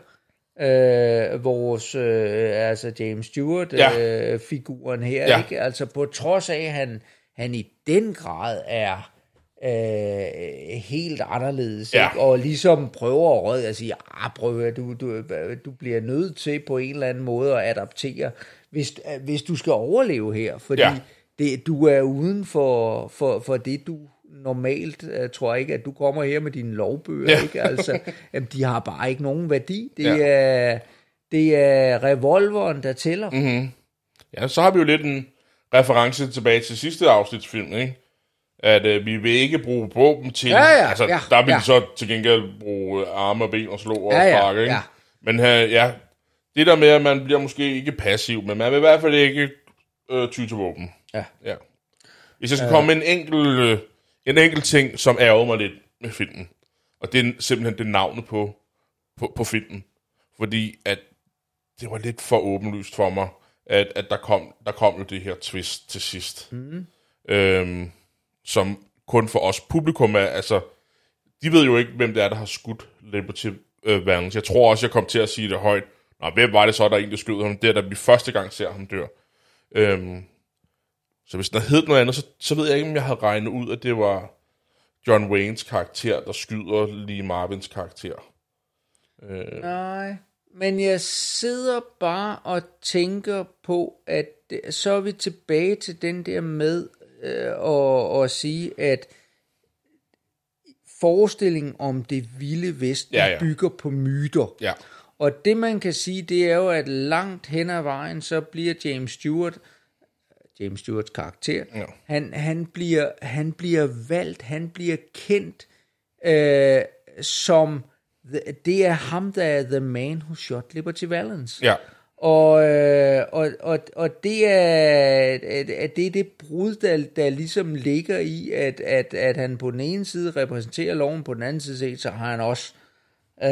Øh, vores øh, altså James Stewart ja. øh, figuren her, ja. ikke? Altså på trods af at han, han i den grad er øh, helt anderledes, ja. ikke? Og ligesom prøver at råde og sige, ah, prøv at du, du, du bliver nødt til på en eller anden måde at adaptere, hvis, hvis du skal overleve her, fordi ja. det, du er uden for, for, for det du normalt uh, tror jeg ikke, at du kommer her med dine lovbøger, ja. ikke? Altså, jamen, de har bare ikke nogen værdi. Det, ja. er, det er revolveren, der tæller. Mm-hmm. Ja, så har vi jo lidt en reference tilbage til sidste afsnitsfilm, ikke? At øh, vi vil ikke bruge våben til... Ja, ja, altså, ja, der vil ja. vi så til gengæld bruge arme og ben og slå og ja, ja, sparke, ikke? Ja. Men øh, ja, det der med, at man bliver måske ikke passiv, men man vil i hvert fald ikke øh, ty til våben. Ja. ja. Hvis jeg skal komme med en enkelt, øh, en enkelt ting, som ærger mig lidt med filmen, og det er simpelthen det navnet på, på, på filmen. Fordi at det var lidt for åbenlyst for mig, at, at der kom der kom jo det her twist til sidst. Mm. Øhm, som kun for os publikum er, altså, de ved jo ikke, hvem det er, der har skudt Liberty øh, Valance. Jeg tror også, jeg kom til at sige det højt. Nå, hvem var det så, der egentlig skød ham? Det er, da vi første gang ser ham dør. Øhm, så hvis den havde heddet noget andet, så, så ved jeg ikke, om jeg havde regnet ud, at det var John Waynes karakter, der skyder Lee Marvins karakter. Øh. Nej, men jeg sidder bare og tænker på, at det, så er vi tilbage til den der med øh, at, at sige, at forestillingen om det vilde vesten ja, ja. bygger på myter. Ja. Og det man kan sige, det er jo, at langt hen ad vejen, så bliver James Stewart, James Stewarts karakter, ja. han, han, bliver, han bliver valgt, han bliver kendt øh, som, det er ham, der er the man who shot Liberty Valance. Ja. Og, øh, og, og, og det er, at det er det brud, der, der ligesom ligger i, at, at, at han på den ene side repræsenterer loven, på den anden side set, så har han også øh,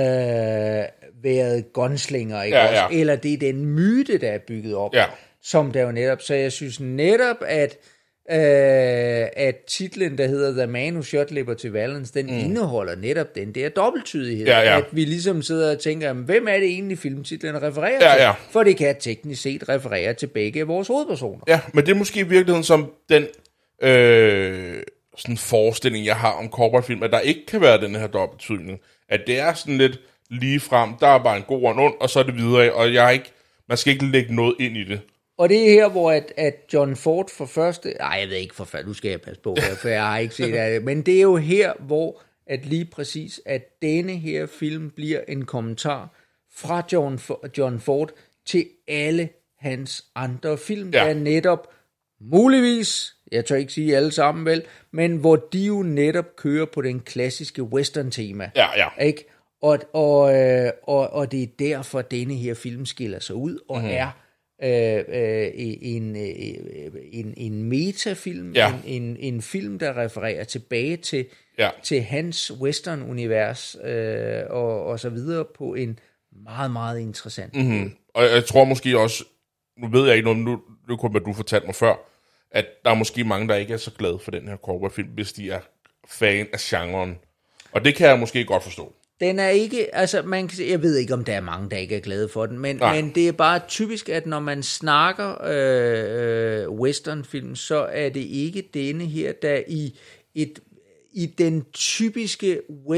været gunslinger, ikke ja, også? Ja. Eller det er den myte, der er bygget op, ja. som der jo netop, så jeg synes netop, at øh, at titlen, der hedder The Man Who Shot Liberty Valance, den mm. indeholder netop den der dobbelttydighed, ja, ja. at vi ligesom sidder og tænker, hvem er det egentlig filmtitlen refererer ja, til? Ja. For det kan teknisk set referere til begge vores hovedpersoner. Ja, men det er måske i virkeligheden som den øh, sådan forestilling, jeg har om cowboyfilm, at der ikke kan være den her dobbelttydning. At det er sådan lidt lige frem, der er bare en god og en ond, og så er det videre, og jeg ikke, man skal ikke lægge noget ind i det. Og det er her, hvor at, at John Ford for første... Nej, jeg ved ikke for første, nu skal jeg passe på, for jeg har ikke set det. Men det er jo her, hvor at lige præcis, at denne her film bliver en kommentar fra John, John Ford til alle hans andre film, ja. Der netop muligvis, jeg tør ikke sige alle sammen vel, men hvor de jo netop kører på den klassiske western-tema. Ja, ja. Ikke? Og, og, og, og det er derfor, denne her film skiller sig ud, og mm. er Øh, øh, en, øh, en, en metafilm, ja. en, en, en film, der refererer tilbage til, ja. til hans western-univers øh, og, og så videre på en meget, meget interessant måde. Mm-hmm. Og jeg tror måske også, nu ved jeg ikke noget, nu, nu kun hvad du fortalte mig før, at der er måske mange, der ikke er så glade for den her cowboyfilm, hvis de er fan af genren. Og det kan jeg måske godt forstå. Den er ikke, altså man kan, jeg ved ikke, om der er mange, der ikke er glade for den, men, men det er bare typisk, at når man snakker øh, øh, westernfilm, så er det ikke denne her, der i, et, i den typiske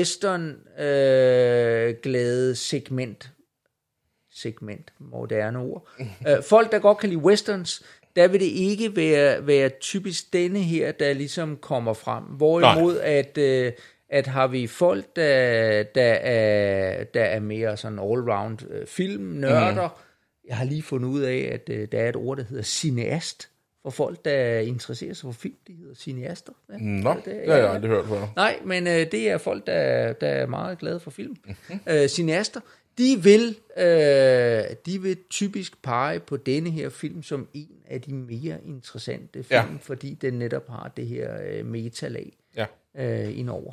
western-glade øh, segment, segment, moderne ord, øh, folk, der godt kan lide westerns, der vil det ikke være, være typisk denne her, der ligesom kommer frem, hvorimod Nej. at... Øh, at har vi folk, der, der, er, der er mere sådan all-round øh, filmnørder. Mm. Jeg har lige fundet ud af, at øh, der er et ord, der hedder cineast, for folk, der interesserer sig for film, de hedder cineaster. Ja, Nå, det har jeg aldrig hørt før. Nej, men øh, det er folk, der, der er meget glade for film. Mm-hmm. Øh, cineaster, de vil, øh, de vil typisk pege på denne her film som en af de mere interessante film, ja. Fordi den netop har det her øh, metalag ja. øh, indover.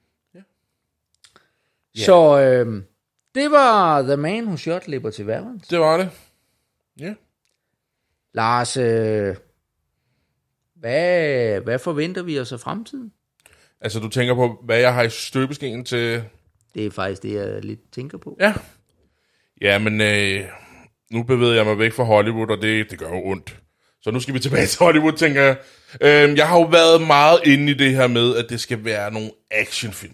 Yeah. Så øh, det var The Man Who Shot Liberty Valance. Det var det. Ja. Yeah. Lars, øh, hvad, hvad forventer vi os af fremtiden? Altså, du tænker på, hvad jeg har i støbeskeen til... Det er faktisk det, jeg lidt tænker på. Ja. Ja, men øh, nu bevæger jeg mig væk fra Hollywood, og det, det gør jo ondt. Så nu skal vi tilbage til Hollywood, tænker jeg. Øh, jeg har jo været meget inde i det her med, at det skal være nogle actionfilm.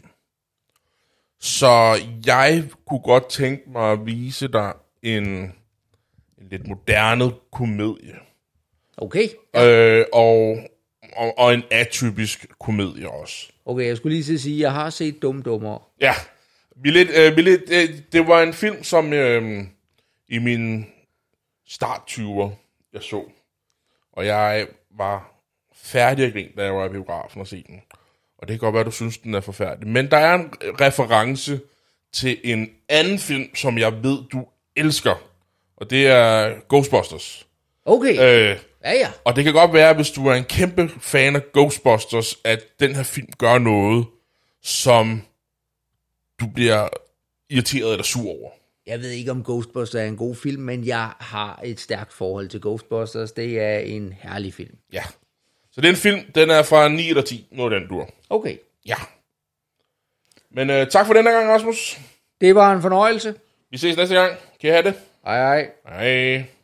Så jeg kunne godt tænke mig at vise dig en, en lidt moderne komedie. Okay. Ja. Øh, og og, og en atypisk komedie også. Okay, jeg skulle lige så sige, at jeg har set Dum Dummer. Ja, Billet, øh, Billet, øh, det var en film, som øh, i min start tyver, jeg så. Og jeg var færdig at grine, da jeg var i biografen og se den. Og det kan godt være, at du synes, den er forfærdelig. Men der er en reference til en anden film, som jeg ved, du elsker. Og det er Ghostbusters. Okay, Øh, ja ja. og det kan godt være, hvis du er en kæmpe fan af Ghostbusters, at den her film gør noget, som du bliver irriteret eller sur over. Jeg ved ikke, om Ghostbusters er en god film, men jeg har et stærkt forhold til Ghostbusters. Det er en herlig film. Ja. Så den film, den er fra ni eller ti, noget den dur. Okay. Ja. Men øh, tak for den her gang, Rasmus. Det var en fornøjelse. Vi ses næste gang. Kan I have det? Hej hej. Hej.